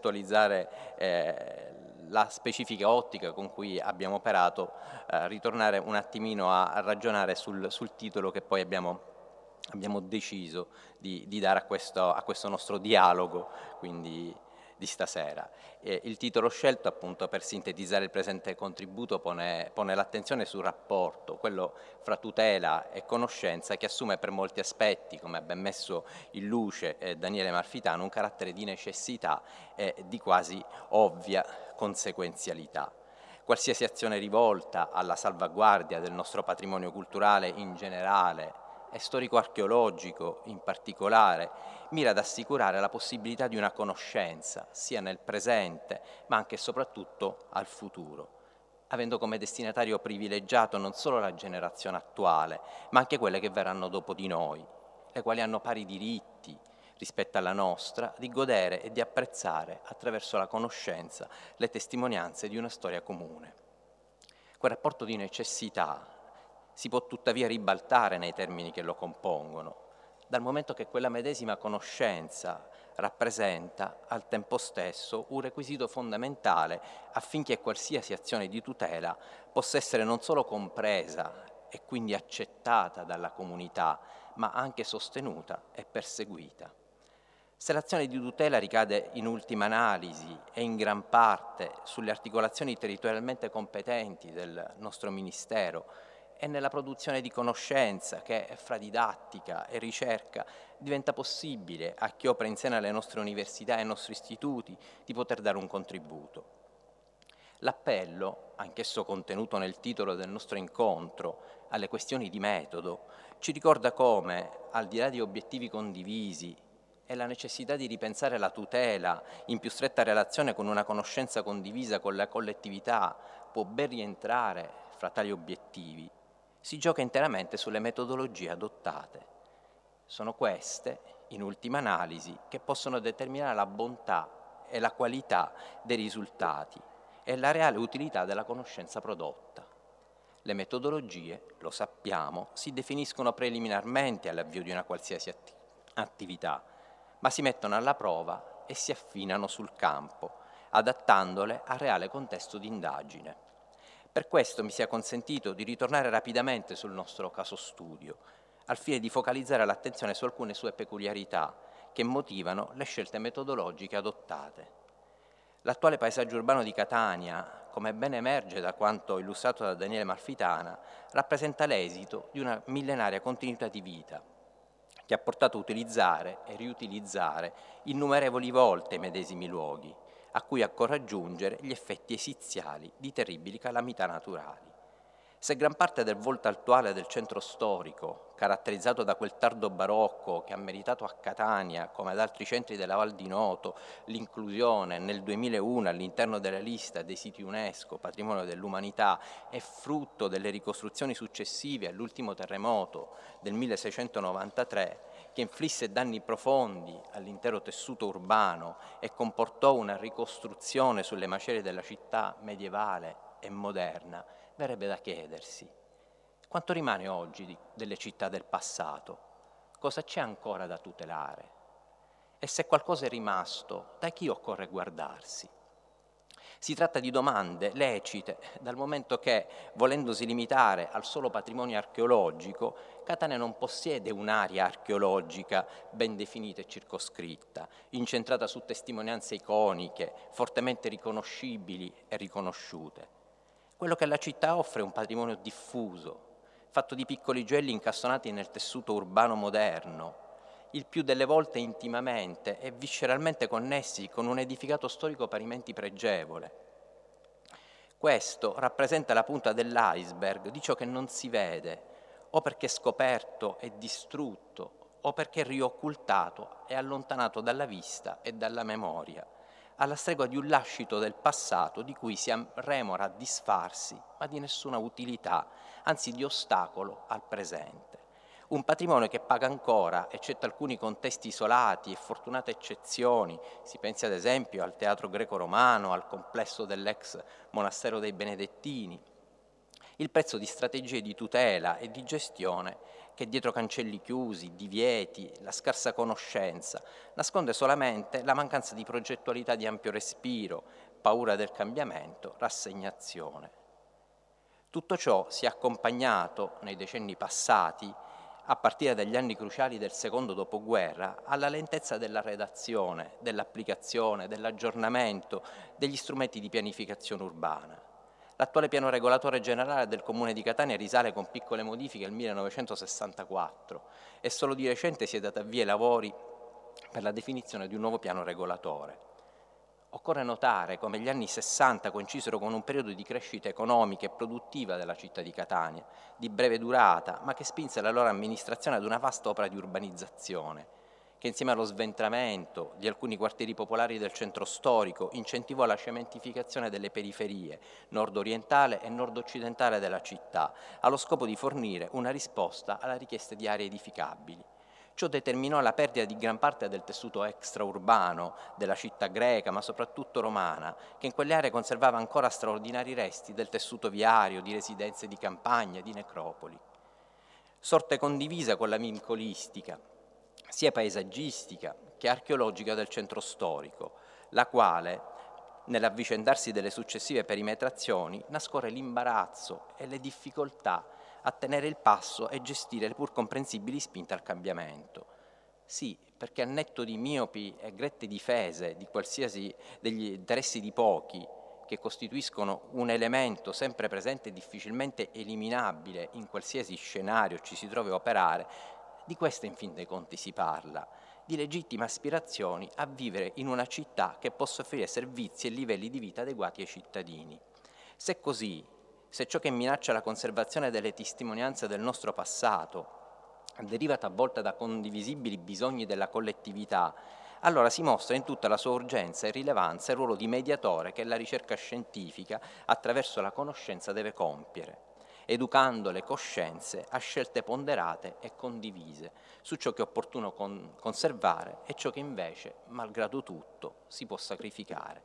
contestualizzare la specifica ottica con cui abbiamo operato, ritornare un attimino a ragionare sul titolo che poi abbiamo deciso di dare a questo nostro dialogo, quindi di stasera. Il titolo scelto appunto per sintetizzare il presente contributo pone l'attenzione sul rapporto, quello fra tutela e conoscenza, che assume per molti aspetti, come ha ben messo in luce Daniele Malfitano, un carattere di necessità e di quasi ovvia conseguenzialità. Qualsiasi azione rivolta alla salvaguardia del nostro patrimonio culturale in generale e storico-archeologico in particolare mira ad assicurare la possibilità di una conoscenza sia nel presente ma anche e soprattutto al futuro, avendo come destinatario privilegiato non solo la generazione attuale ma anche quelle che verranno dopo di noi, le quali hanno pari diritti rispetto alla nostra di godere e di apprezzare attraverso la conoscenza le testimonianze di una storia comune. Quel rapporto di necessità si può tuttavia ribaltare nei termini che lo compongono, dal momento che quella medesima conoscenza rappresenta al tempo stesso un requisito fondamentale affinché qualsiasi azione di tutela possa essere non solo compresa e quindi accettata dalla comunità, ma anche sostenuta e perseguita. Se l'azione di tutela ricade in ultima analisi e in gran parte sulle articolazioni territorialmente competenti del nostro Ministero e nella produzione di conoscenza che fra didattica e ricerca diventa possibile a chi opera in seno alle nostre università e ai nostri istituti di poter dare un contributo. L'appello, anch'esso contenuto nel titolo del nostro incontro, alle questioni di metodo, ci ricorda come, al di là di obiettivi condivisi e la necessità di ripensare la tutela in più stretta relazione con una conoscenza condivisa con la collettività può ben rientrare fra tali obiettivi, si gioca interamente sulle metodologie adottate. Sono queste, in ultima analisi, che possono determinare la bontà e la qualità dei risultati e la reale utilità della conoscenza prodotta. Le metodologie, lo sappiamo, si definiscono preliminarmente all'avvio di una qualsiasi attività, ma si mettono alla prova e si affinano sul campo, adattandole al reale contesto di indagine. Per questo mi sia consentito di ritornare rapidamente sul nostro caso studio, al fine di focalizzare l'attenzione su alcune sue peculiarità che motivano le scelte metodologiche adottate. L'attuale paesaggio urbano di Catania, come ben emerge da quanto illustrato da Daniele Malfitana, rappresenta l'esito di una millenaria continuità di vita, che ha portato a utilizzare e riutilizzare innumerevoli volte i medesimi luoghi, a cui occorre aggiungere gli effetti esiziali di terribili calamità naturali. Se gran parte del volto attuale del centro storico, caratterizzato da quel tardo barocco che ha meritato a Catania, come ad altri centri della Val di Noto, l'inclusione nel 2001 all'interno della lista dei siti UNESCO, patrimonio dell'umanità, è frutto delle ricostruzioni successive all'ultimo terremoto del 1693, che inflisse danni profondi all'intero tessuto urbano e comportò una ricostruzione sulle macerie della città medievale e moderna, verrebbe da chiedersi: quanto rimane oggi delle città del passato? Cosa c'è ancora da tutelare? E se qualcosa è rimasto, da chi occorre guardarsi? Si tratta di domande lecite, dal momento che, volendosi limitare al solo patrimonio archeologico, Catania non possiede un'area archeologica ben definita e circoscritta, incentrata su testimonianze iconiche, fortemente riconoscibili e riconosciute. Quello che la città offre è un patrimonio diffuso, fatto di piccoli gioielli incastonati nel tessuto urbano moderno, il più delle volte intimamente e visceralmente connessi con un edificato storico parimenti pregevole. Questo rappresenta la punta dell'iceberg di ciò che non si vede, o perché scoperto e distrutto, o perché rioccultato e allontanato dalla vista e dalla memoria, alla stregua di un lascito del passato di cui si remora a disfarsi, ma di nessuna utilità, anzi di ostacolo al presente. Un patrimonio che paga ancora, eccetto alcuni contesti isolati e fortunate eccezioni, si pensi ad esempio al teatro greco-romano, al complesso dell'ex monastero dei Benedettini, il prezzo di strategie di tutela e di gestione che dietro cancelli chiusi, divieti, la scarsa conoscenza, nasconde solamente la mancanza di progettualità di ampio respiro, paura del cambiamento, rassegnazione. Tutto ciò si è accompagnato nei decenni passati, a partire dagli anni cruciali del secondo dopoguerra, alla lentezza della redazione, dell'applicazione, dell'aggiornamento degli strumenti di pianificazione urbana. L'attuale piano regolatore generale del Comune di Catania risale con piccole modifiche al 1964 e solo di recente si è data avvio ai lavori per la definizione di un nuovo piano regolatore. Occorre notare come gli anni 60 coincisero con un periodo di crescita economica e produttiva della città di Catania, di breve durata, ma che spinse la loro amministrazione ad una vasta opera di urbanizzazione, che insieme allo sventramento di alcuni quartieri popolari del centro storico incentivò la cementificazione delle periferie nord-orientale e nord-occidentale della città, allo scopo di fornire una risposta alla richiesta di aree edificabili. Ciò determinò la perdita di gran parte del tessuto extraurbano della città greca, ma soprattutto romana, che in quelle aree conservava ancora straordinari resti del tessuto viario, di residenze di campagna, di necropoli. Sorte condivisa con la vincolistica, sia paesaggistica che archeologica del centro storico, la quale, nell'avvicendarsi delle successive perimetrazioni, nascorre l'imbarazzo e le difficoltà a tenere il passo e gestire le pur comprensibili spinte al cambiamento. Sì, perché al netto di miopi e grette difese di qualsiasi degli interessi di pochi, che costituiscono un elemento sempre presente e difficilmente eliminabile in qualsiasi scenario ci si trovi a operare, di questo in fin dei conti si parla, di legittime aspirazioni a vivere in una città che possa offrire servizi e livelli di vita adeguati ai cittadini. Se così, se ciò che minaccia la conservazione delle testimonianze del nostro passato deriva talvolta da condivisibili bisogni della collettività, allora si mostra in tutta la sua urgenza e rilevanza il ruolo di mediatore che la ricerca scientifica attraverso la conoscenza deve compiere, educando le coscienze a scelte ponderate e condivise su ciò che è opportuno conservare e ciò che invece, malgrado tutto, si può sacrificare.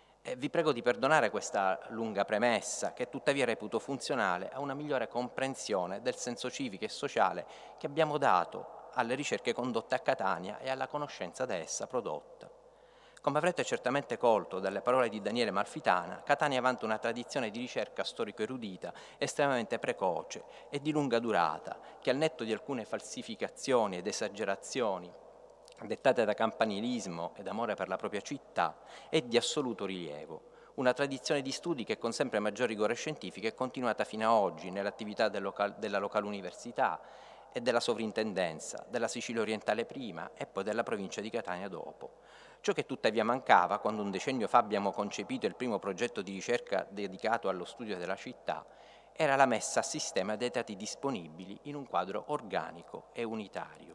Vi prego di perdonare questa lunga premessa, che tuttavia reputo funzionale a una migliore comprensione del senso civico e sociale che abbiamo dato alle ricerche condotte a Catania e alla conoscenza da essa prodotta. Come avrete certamente colto dalle parole di Daniele Malfitana, Catania vanta una tradizione di ricerca storico-erudita estremamente precoce e di lunga durata, che al netto di alcune falsificazioni ed esagerazioni dettate da campanilismo ed amore per la propria città, è di assoluto rilievo. Una tradizione di studi che con sempre maggior rigore scientifico è continuata fino ad oggi nell'attività della locale università e della sovrintendenza, della Sicilia orientale prima e poi della provincia di Catania dopo. Ciò che tuttavia mancava quando un decennio fa abbiamo concepito il primo progetto di ricerca dedicato allo studio della città era la messa a sistema dei dati disponibili in un quadro organico e unitario.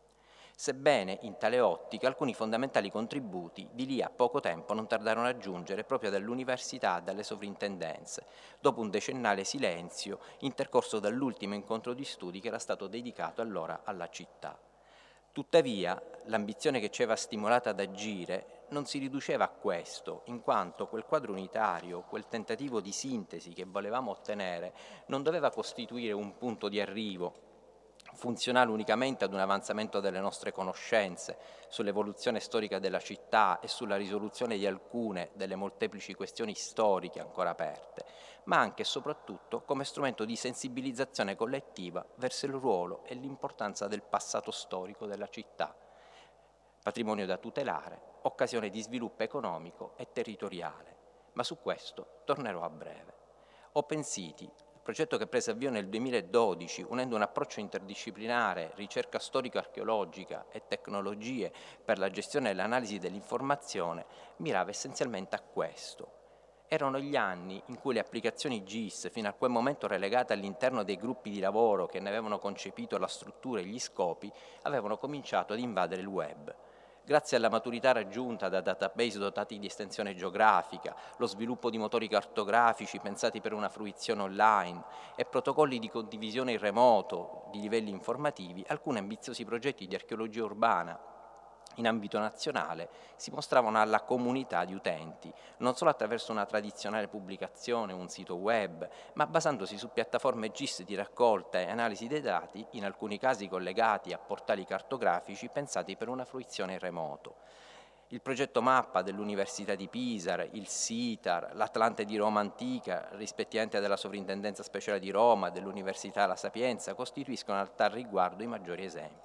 Sebbene in tale ottica alcuni fondamentali contributi di lì a poco tempo non tardarono a giungere proprio dall'università e dalle sovrintendenze, dopo un decennale silenzio intercorso dall'ultimo incontro di studi che era stato dedicato allora alla città. Tuttavia, l'ambizione che ci aveva stimolata ad agire non si riduceva a questo, in quanto quel quadro unitario, quel tentativo di sintesi che volevamo ottenere, non doveva costituire un punto di arrivo funzionale unicamente ad un avanzamento delle nostre conoscenze sull'evoluzione storica della città e sulla risoluzione di alcune delle molteplici questioni storiche ancora aperte, ma anche e soprattutto come strumento di sensibilizzazione collettiva verso il ruolo e l'importanza del passato storico della città, patrimonio da tutelare, occasione di sviluppo economico e territoriale. Ma su questo tornerò a breve. Open City, il progetto che prese avvio nel 2012, unendo un approccio interdisciplinare, ricerca storico-archeologica e tecnologie per la gestione e l'analisi dell'informazione, mirava essenzialmente a questo. Erano gli anni in cui le applicazioni GIS, fino a quel momento relegate all'interno dei gruppi di lavoro che ne avevano concepito la struttura e gli scopi, avevano cominciato ad invadere il web. Grazie alla maturità raggiunta da database dotati di estensione geografica, lo sviluppo di motori cartografici pensati per una fruizione online e protocolli di condivisione in remoto di livelli informativi, alcuni ambiziosi progetti di archeologia urbana in ambito nazionale si mostravano alla comunità di utenti, non solo attraverso una tradizionale pubblicazione, un sito web, ma basandosi su piattaforme GIS di raccolta e analisi dei dati, in alcuni casi collegati a portali cartografici pensati per una fruizione in remoto. Il progetto Mappa dell'Università di Pisa, il SITAR, l'Atlante di Roma Antica, rispettivamente della Sovrintendenza Speciale di Roma, dell'Università La Sapienza, costituiscono a tal riguardo i maggiori esempi.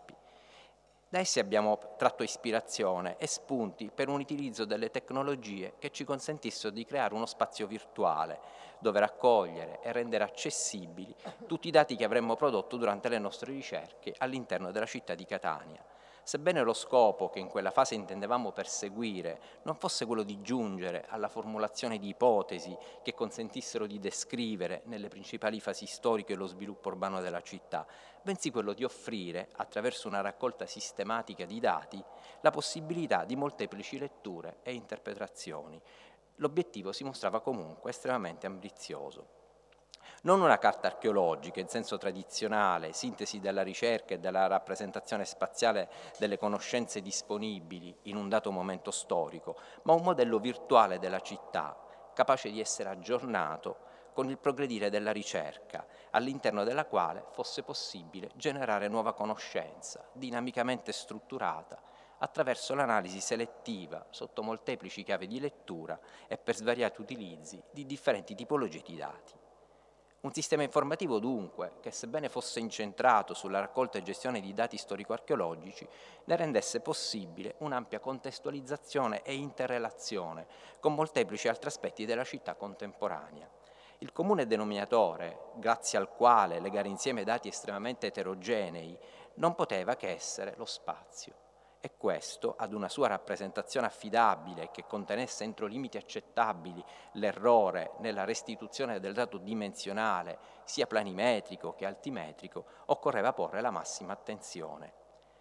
Da essi abbiamo tratto ispirazione e spunti per un utilizzo delle tecnologie che ci consentissero di creare uno spazio virtuale dove raccogliere e rendere accessibili tutti i dati che avremmo prodotto durante le nostre ricerche all'interno della città di Catania. Sebbene lo scopo che in quella fase intendevamo perseguire non fosse quello di giungere alla formulazione di ipotesi che consentissero di descrivere nelle principali fasi storiche lo sviluppo urbano della città, bensì quello di offrire, attraverso una raccolta sistematica di dati, la possibilità di molteplici letture e interpretazioni. L'obiettivo si mostrava comunque estremamente ambizioso. Non una carta archeologica in senso tradizionale, sintesi della ricerca e della rappresentazione spaziale delle conoscenze disponibili in un dato momento storico, ma un modello virtuale della città, capace di essere aggiornato con il progredire della ricerca, all'interno della quale fosse possibile generare nuova conoscenza, dinamicamente strutturata, attraverso l'analisi selettiva sotto molteplici chiavi di lettura e per svariati utilizzi di differenti tipologie di dati. Un sistema informativo dunque che, sebbene fosse incentrato sulla raccolta e gestione di dati storico-archeologici, ne rendesse possibile un'ampia contestualizzazione e interrelazione con molteplici altri aspetti della città contemporanea. Il comune denominatore, grazie al quale legare insieme dati estremamente eterogenei, non poteva che essere lo spazio. E questo, ad una sua rappresentazione affidabile che contenesse entro limiti accettabili l'errore nella restituzione del dato dimensionale, sia planimetrico che altimetrico, occorreva porre la massima attenzione.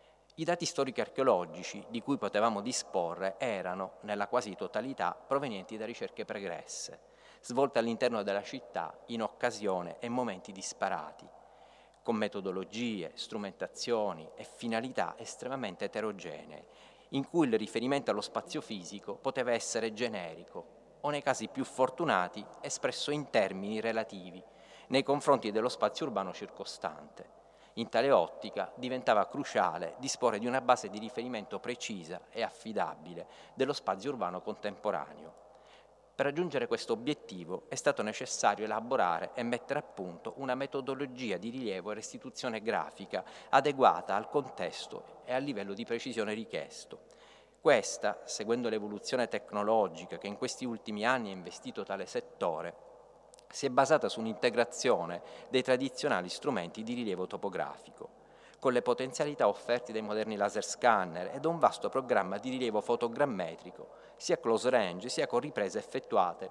I dati storico-archeologici di cui potevamo disporre erano, nella quasi totalità, provenienti da ricerche pregresse, svolte all'interno della città in occasione e momenti disparati, con metodologie, strumentazioni e finalità estremamente eterogenee, in cui il riferimento allo spazio fisico poteva essere generico o, nei casi più fortunati, espresso in termini relativi nei confronti dello spazio urbano circostante. In tale ottica diventava cruciale disporre di una base di riferimento precisa e affidabile dello spazio urbano contemporaneo. Per raggiungere questo obiettivo è stato necessario elaborare e mettere a punto una metodologia di rilievo e restituzione grafica adeguata al contesto e al livello di precisione richiesto. Questa, seguendo l'evoluzione tecnologica che in questi ultimi anni ha investito tale settore, si è basata su un'integrazione dei tradizionali strumenti di rilievo topografico, con le potenzialità offerte dai moderni laser scanner e da un vasto programma di rilievo fotogrammetrico, sia close range sia con riprese effettuate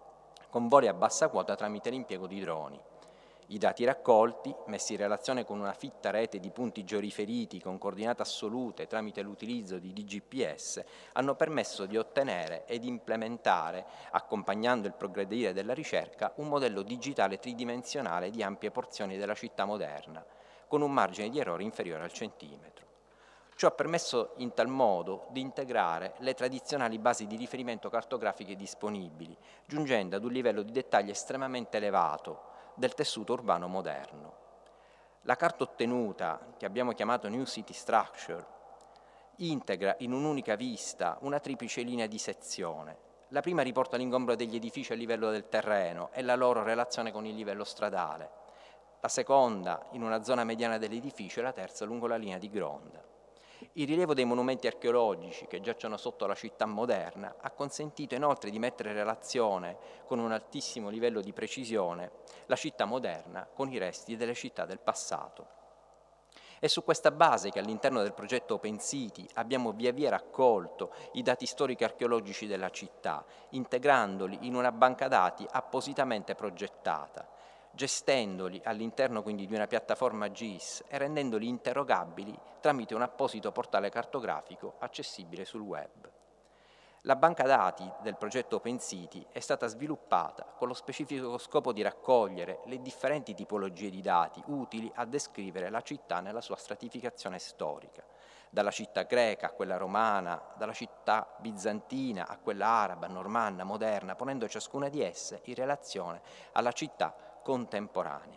con voli a bassa quota tramite l'impiego di droni. I dati raccolti, messi in relazione con una fitta rete di punti georiferiti con coordinate assolute tramite l'utilizzo di DGPS, hanno permesso di ottenere ed implementare, accompagnando il progredire della ricerca, un modello digitale tridimensionale di ampie porzioni della città moderna, con un margine di errore inferiore al centimetro. Ciò ha permesso in tal modo di integrare le tradizionali basi di riferimento cartografiche disponibili, giungendo ad un livello di dettaglio estremamente elevato del tessuto urbano moderno. La carta ottenuta, che abbiamo chiamato New City Structure, integra in un'unica vista una triplice linea di sezione. La prima riporta l'ingombro degli edifici a livello del terreno e la loro relazione con il livello stradale, la seconda in una zona mediana dell'edificio e la terza lungo la linea di gronda. Il rilievo dei monumenti archeologici che giacciono sotto la città moderna ha consentito inoltre di mettere in relazione con un altissimo livello di precisione la città moderna con i resti delle città del passato. È su questa base che all'interno del progetto Open City abbiamo via via raccolto i dati storici archeologici della città, integrandoli in una banca dati appositamente progettata, gestendoli all'interno quindi di una piattaforma GIS e rendendoli interrogabili tramite un apposito portale cartografico accessibile sul web. La banca dati del progetto Open City è stata sviluppata con lo specifico scopo di raccogliere le differenti tipologie di dati utili a descrivere la città nella sua stratificazione storica, dalla città greca a quella romana, dalla città bizantina a quella araba, normanna, moderna, ponendo ciascuna di esse in relazione alla città contemporanea.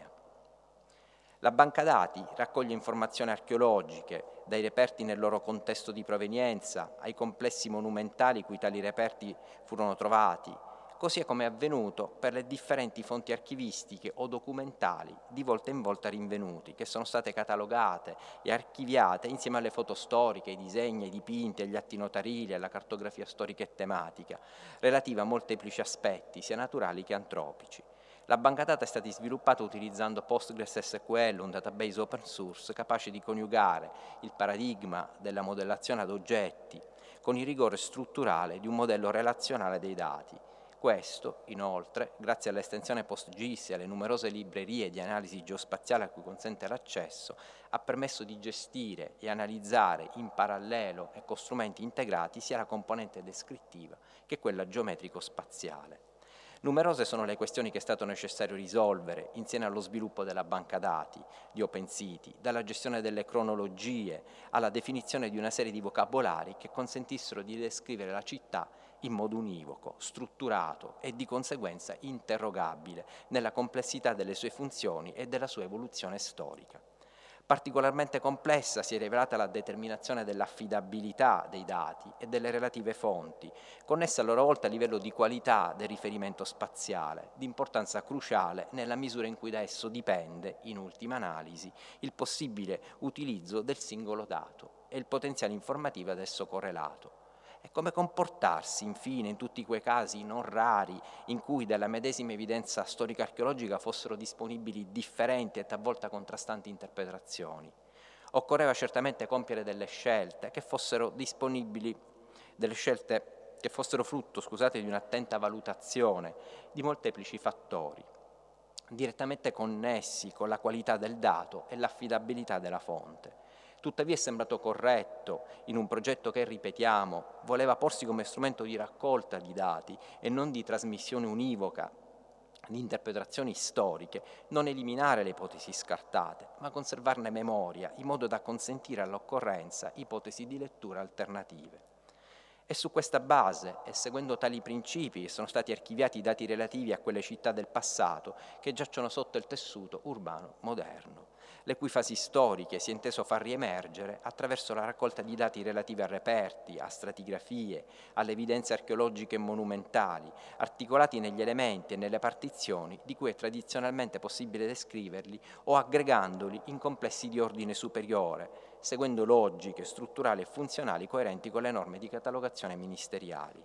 La banca dati raccoglie informazioni archeologiche, dai reperti nel loro contesto di provenienza ai complessi monumentali cui tali reperti furono trovati, così come è avvenuto per le differenti fonti archivistiche o documentali di volta in volta rinvenuti, che sono state catalogate e archiviate insieme alle foto storiche, ai disegni, ai dipinti, agli atti notarili, alla cartografia storica e tematica, relativa a molteplici aspetti, sia naturali che antropici. La banca dati è stata sviluppata utilizzando PostgreSQL, un database open source capace di coniugare il paradigma della modellazione ad oggetti con il rigore strutturale di un modello relazionale dei dati. Questo, inoltre, grazie all'estensione PostGIS e alle numerose librerie di analisi geospaziale a cui consente l'accesso, ha permesso di gestire e analizzare in parallelo e con strumenti integrati sia la componente descrittiva che quella geometrico-spaziale. Numerose sono le questioni che è stato necessario risolvere insieme allo sviluppo della banca dati di Open City, dalla gestione delle cronologie alla definizione di una serie di vocabolari che consentissero di descrivere la città in modo univoco, strutturato e di conseguenza interrogabile nella complessità delle sue funzioni e della sua evoluzione storica. Particolarmente complessa si è rivelata la determinazione dell'affidabilità dei dati e delle relative fonti, connessa a loro volta a livello di qualità del riferimento spaziale, di importanza cruciale nella misura in cui da esso dipende, in ultima analisi, il possibile utilizzo del singolo dato e il potenziale informativo ad esso correlato. E come comportarsi, infine, in tutti quei casi non rari in cui della medesima evidenza storico-archeologica fossero disponibili differenti e talvolta contrastanti interpretazioni. Occorreva certamente compiere delle scelte che fossero disponibili, delle scelte che fossero frutto, di un'attenta valutazione di molteplici fattori, direttamente connessi con la qualità del dato e l'affidabilità della fonte. Tuttavia è sembrato corretto, in un progetto che, ripetiamo, voleva porsi come strumento di raccolta di dati e non di trasmissione univoca di interpretazioni storiche, non eliminare le ipotesi scartate, ma conservarne memoria, in modo da consentire all'occorrenza ipotesi di lettura alternative. È su questa base e seguendo tali principi che sono stati archiviati i dati relativi a quelle città del passato che giacciono sotto il tessuto urbano moderno, le cui fasi storiche si è inteso far riemergere attraverso la raccolta di dati relativi a reperti, a stratigrafie, alle evidenze archeologiche e monumentali, articolati negli elementi e nelle partizioni di cui è tradizionalmente possibile descriverli o aggregandoli in complessi di ordine superiore, seguendo logiche strutturali e funzionali coerenti con le norme di catalogazione ministeriali.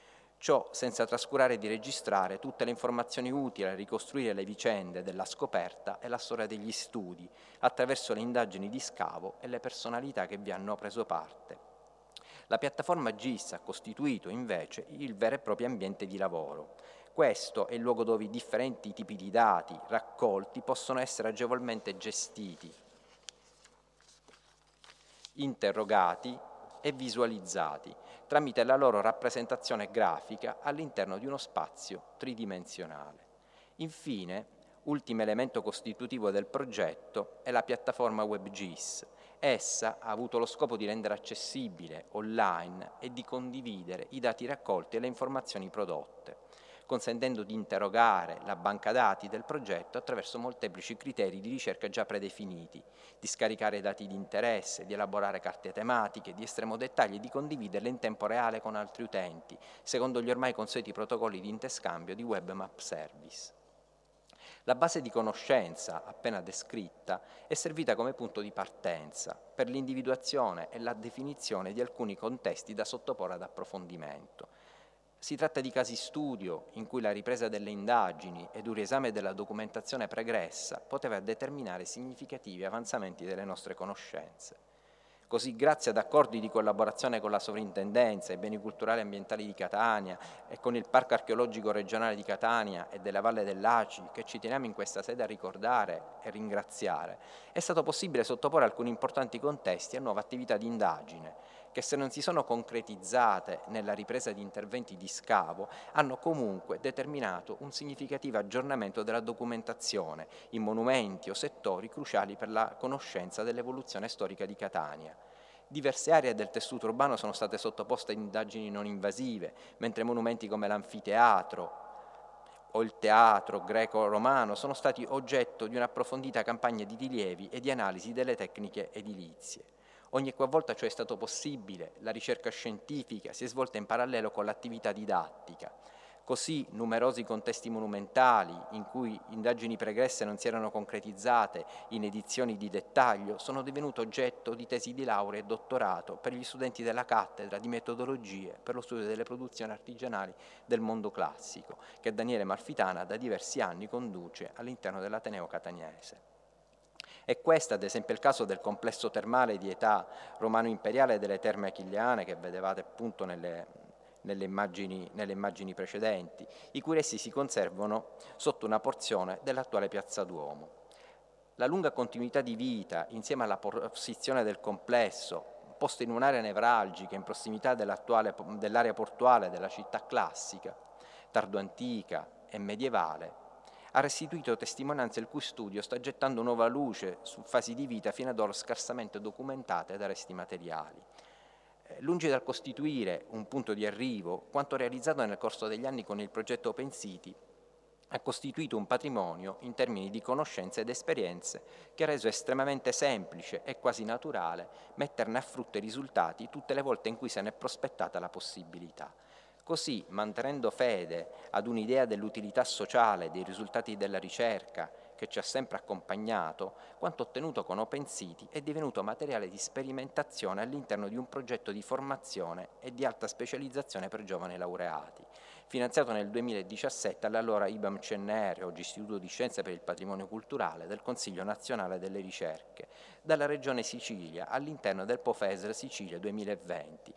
Ciò senza trascurare di registrare tutte le informazioni utili a ricostruire le vicende della scoperta e la storia degli studi attraverso le indagini di scavo e le personalità che vi hanno preso parte. La piattaforma GIS ha costituito invece il vero e proprio ambiente di lavoro. Questo è il luogo dove i differenti tipi di dati raccolti possono essere agevolmente gestiti, interrogati e visualizzati tramite la loro rappresentazione grafica all'interno di uno spazio tridimensionale. Infine, ultimo elemento costitutivo del progetto è la piattaforma WebGIS. Essa ha avuto lo scopo di rendere accessibile online e di condividere i dati raccolti e le informazioni prodotte, consentendo di interrogare la banca dati del progetto attraverso molteplici criteri di ricerca già predefiniti, di scaricare dati di interesse, di elaborare carte tematiche di estremo dettaglio e di condividerle in tempo reale con altri utenti, secondo gli ormai consueti protocolli di interscambio di Web Map Service. La base di conoscenza appena descritta è servita come punto di partenza per l'individuazione e la definizione di alcuni contesti da sottoporre ad approfondimento. Si tratta di casi studio in cui la ripresa delle indagini ed un riesame della documentazione pregressa poteva determinare significativi avanzamenti delle nostre conoscenze. Così, grazie ad accordi di collaborazione con la Sovrintendenza ai beni culturali e ambientali di Catania e con il Parco archeologico regionale di Catania e della Valle dell'Aci, che ci teniamo in questa sede a ricordare e ringraziare, è stato possibile sottoporre alcuni importanti contesti a nuove attività di indagine, che se non si sono concretizzate nella ripresa di interventi di scavo, hanno comunque determinato un significativo aggiornamento della documentazione in monumenti o settori cruciali per la conoscenza dell'evoluzione storica di Catania. Diverse aree del tessuto urbano sono state sottoposte a indagini non invasive, mentre monumenti come l'anfiteatro o il teatro greco-romano sono stati oggetto di un'approfondita campagna di rilievi e di analisi delle tecniche edilizie. Ogni qualvolta ciò è stato possibile, la ricerca scientifica si è svolta in parallelo con l'attività didattica. Così numerosi contesti monumentali, in cui indagini pregresse non si erano concretizzate in edizioni di dettaglio, sono divenuti oggetto di tesi di laurea e dottorato per gli studenti della cattedra di metodologie per lo studio delle produzioni artigianali del mondo classico, che Daniele Malfitana da diversi anni conduce all'interno dell'Ateneo Cataniese. E questo, ad esempio, è il caso del complesso termale di età romano-imperiale delle Terme Achilleane, che vedevate appunto nelle immagini precedenti, i cui resti si conservano sotto una porzione dell'attuale Piazza Duomo. La lunga continuità di vita, insieme alla posizione del complesso, posto in un'area nevralgica in prossimità dell'area portuale della città classica, tardoantica e medievale, ha restituito testimonianza il cui studio sta gettando nuova luce su fasi di vita fino ad ora scarsamente documentate da resti materiali. Lungi dal costituire un punto di arrivo, quanto realizzato nel corso degli anni con il progetto Open City ha costituito un patrimonio in termini di conoscenze ed esperienze che ha reso estremamente semplice e quasi naturale metterne a frutto i risultati tutte le volte in cui se ne è prospettata la possibilità. Così, mantenendo fede ad un'idea dell'utilità sociale dei risultati della ricerca che ci ha sempre accompagnato, quanto ottenuto con Open City è divenuto materiale di sperimentazione all'interno di un progetto di formazione e di alta specializzazione per giovani laureati, finanziato nel 2017 dall'allora IBAM CNR, oggi Istituto di Scienze per il Patrimonio Culturale, del Consiglio Nazionale delle Ricerche, dalla Regione Sicilia all'interno del POFESR Sicilia 2020,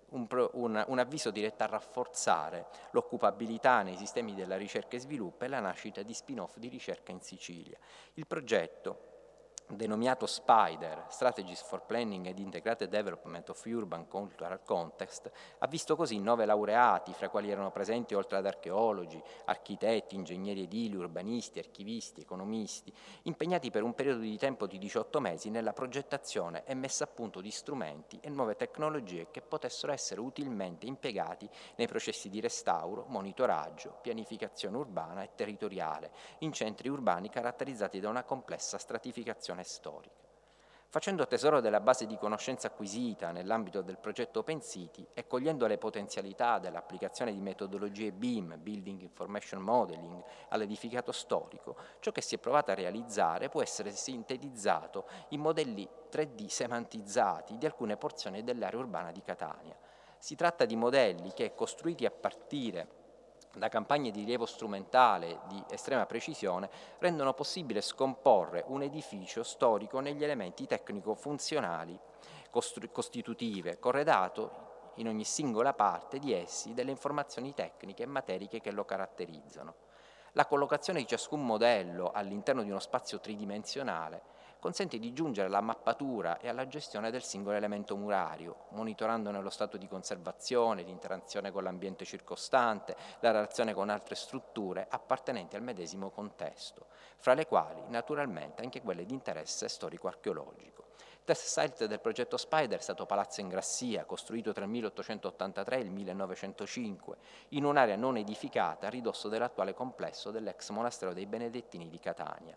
un avviso diretto a rafforzare l'occupabilità nei sistemi della ricerca e sviluppo e la nascita di spin-off di ricerca in Sicilia. Il progetto, denominato SPIDER, Strategies for Planning and Integrated Development of Urban Cultural Context, ha visto così 9 laureati, fra i quali erano presenti oltre ad archeologi, architetti, ingegneri edili, urbanisti, archivisti, economisti, impegnati per un periodo di tempo di 18 mesi nella progettazione e messa a punto di strumenti e nuove tecnologie che potessero essere utilmente impiegati nei processi di restauro, monitoraggio, pianificazione urbana e territoriale, in centri urbani caratterizzati da una complessa stratificazione storica. Facendo tesoro della base di conoscenza acquisita nell'ambito del progetto Open City e cogliendo le potenzialità dell'applicazione di metodologie BIM, Building Information Modeling, all'edificato storico, ciò che si è provato a realizzare può essere sintetizzato in modelli 3D semantizzati di alcune porzioni dell'area urbana di Catania. Si tratta di modelli che, costruiti a partire da campagne di rilievo strumentale di estrema precisione, rendono possibile scomporre un edificio storico negli elementi tecnico-funzionali costitutive, corredato in ogni singola parte di essi delle informazioni tecniche e materiche che lo caratterizzano. La collocazione di ciascun modello all'interno di uno spazio tridimensionale consente di giungere alla mappatura e alla gestione del singolo elemento murario, monitorandone lo stato di conservazione, l'interazione con l'ambiente circostante, la relazione con altre strutture appartenenti al medesimo contesto, fra le quali naturalmente anche quelle di interesse storico-archeologico. Test site del progetto SPIDER è stato Palazzo Ingrassia, costruito tra il 1883 e il 1905, in un'area non edificata a ridosso dell'attuale complesso dell'ex monastero dei Benedettini di Catania.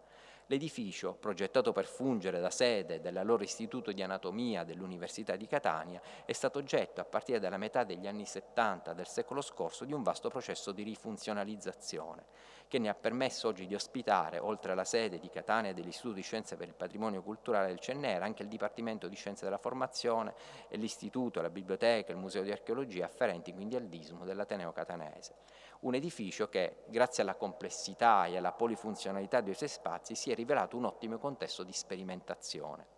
L'edificio, progettato per fungere da sede dell'allora Istituto di Anatomia dell'Università di Catania, è stato oggetto, a partire dalla metà degli anni 70 del secolo scorso, di un vasto processo di rifunzionalizzazione, che ne ha permesso oggi di ospitare, oltre alla sede di Catania dell'Istituto di Scienze per il Patrimonio Culturale del CNR, anche il Dipartimento di Scienze della Formazione e l'Istituto, la Biblioteca, il Museo di Archeologia afferenti quindi al DISM dell'Ateneo Catanese. Un edificio che, grazie alla complessità e alla polifunzionalità dei suoi spazi, si è rivelato un ottimo contesto di sperimentazione.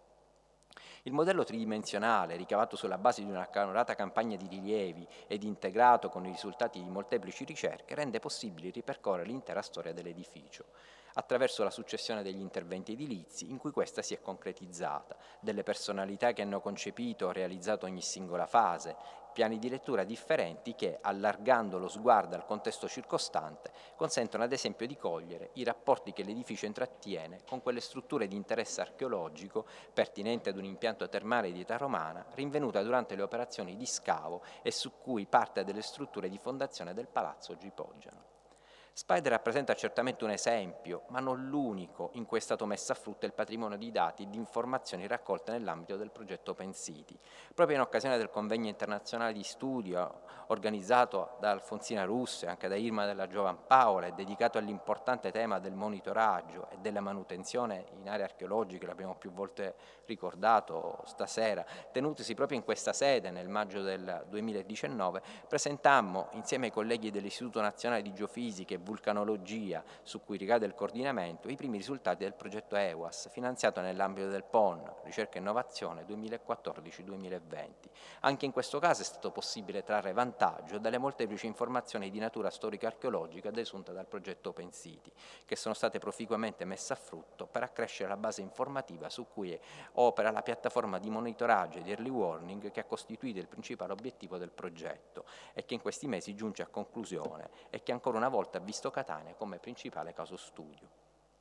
Il modello tridimensionale, ricavato sulla base di una accalorata campagna di rilievi ed integrato con i risultati di molteplici ricerche, rende possibile ripercorrere l'intera storia dell'edificio, attraverso la successione degli interventi edilizi in cui questa si è concretizzata, delle personalità che hanno concepito o realizzato ogni singola fase, piani di lettura differenti che, allargando lo sguardo al contesto circostante, consentono ad esempio di cogliere i rapporti che l'edificio intrattiene con quelle strutture di interesse archeologico pertinenti ad un impianto termale di età romana, rinvenuta durante le operazioni di scavo e su cui parte delle strutture di fondazione del palazzo oggi poggiano. Spider rappresenta certamente un esempio, ma non l'unico in cui è stato messo a frutto il patrimonio di dati e di informazioni raccolte nell'ambito del progetto Open City. Proprio in occasione del convegno internazionale di studio organizzato da Alfonsina Russo e anche da Irma della Giovanpaola e dedicato all'importante tema del monitoraggio e della manutenzione in aree archeologiche, l'abbiamo più volte ricordato stasera, tenutosi proprio in questa sede nel maggio del 2019, presentammo insieme ai colleghi dell'Istituto Nazionale di Geofisica e Vulcanologia, su cui ricade il coordinamento, i primi risultati del progetto EWAS, finanziato nell'ambito del PON, Ricerca e Innovazione 2014-2020. Anche in questo caso è stato possibile trarre vantaggio dalle molteplici informazioni di natura storico-archeologica desunte dal progetto Open City, che sono state proficuamente messe a frutto per accrescere la base informativa su cui opera la piattaforma di monitoraggio e di early warning che ha costituito il principale obiettivo del progetto e che in questi mesi giunge a conclusione e che ancora una volta ha visto Catania come principale caso studio.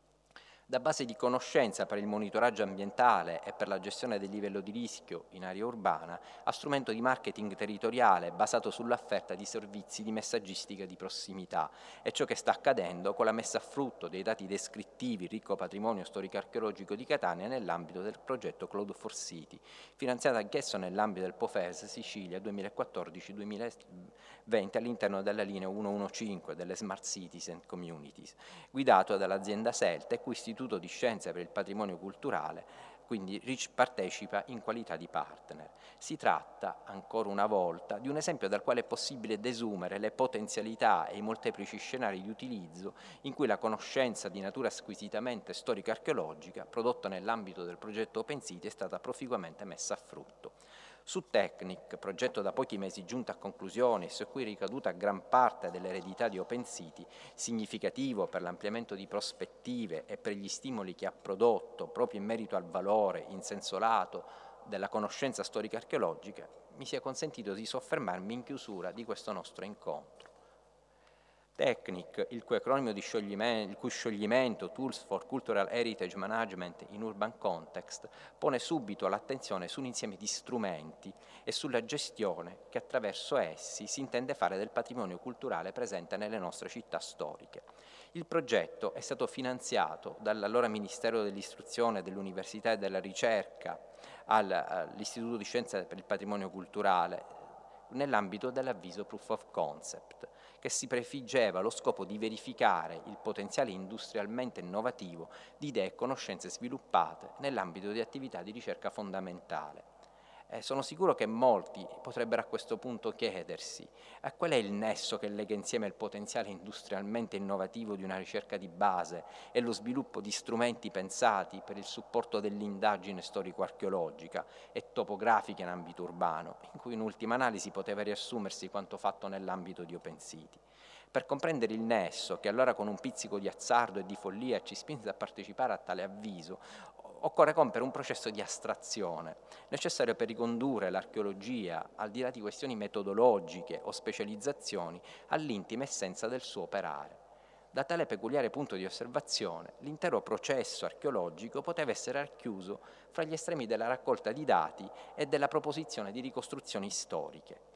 Da base di conoscenza per il monitoraggio ambientale e per la gestione del livello di rischio in area urbana, a strumento di marketing territoriale basato sull'offerta di servizi di messaggistica di prossimità, è ciò che sta accadendo con la messa a frutto dei dati descrittivi ricco patrimonio storico-archeologico di Catania nell'ambito del progetto Cloud for City, finanziato anch'esso nell'ambito del POFES Sicilia 2014-2020 all'interno della linea 115 delle Smart Cities and Communities, guidato dall'azienda Selta e cui Istituto di Scienze per il Patrimonio Culturale, quindi partecipa in qualità di partner. Si tratta, ancora una volta, di un esempio dal quale è possibile desumere le potenzialità e i molteplici scenari di utilizzo in cui la conoscenza di natura squisitamente storico-archeologica, prodotta nell'ambito del progetto Open City, è stata proficuamente messa a frutto. Su Technic, progetto da pochi mesi giunto a conclusione e su cui è ricaduta gran parte dell'eredità di Open City, significativo per l'ampliamento di prospettive e per gli stimoli che ha prodotto proprio in merito al valore in senso lato della conoscenza storica archeologica, mi sia consentito di soffermarmi in chiusura di questo nostro incontro. Technic, il cui acronimo di il cui scioglimento Tools for Cultural Heritage Management in Urban Context, pone subito l'attenzione su un insieme di strumenti e sulla gestione che attraverso essi si intende fare del patrimonio culturale presente nelle nostre città storiche. Il progetto è stato finanziato dall'allora Ministero dell'Istruzione, dell'Università e della Ricerca all'Istituto di Scienze per il Patrimonio Culturale nell'ambito dell'avviso Proof of Concept, che si prefiggeva lo scopo di verificare il potenziale industrialmente innovativo di idee e conoscenze sviluppate nell'ambito di attività di ricerca fondamentale. Sono sicuro che molti potrebbero a questo punto chiedersi qual è il nesso che lega insieme il potenziale industrialmente innovativo di una ricerca di base e lo sviluppo di strumenti pensati per il supporto dell'indagine storico-archeologica e topografica in ambito urbano, in cui in ultima analisi poteva riassumersi quanto fatto nell'ambito di Open City. Per comprendere il nesso, che allora con un pizzico di azzardo e di follia ci spinse a partecipare a tale avviso, occorre compiere un processo di astrazione, necessario per ricondurre l'archeologia, al di là di questioni metodologiche o specializzazioni, all'intima essenza del suo operare. Da tale peculiare punto di osservazione, l'intero processo archeologico poteva essere racchiuso fra gli estremi della raccolta di dati e della proposizione di ricostruzioni storiche.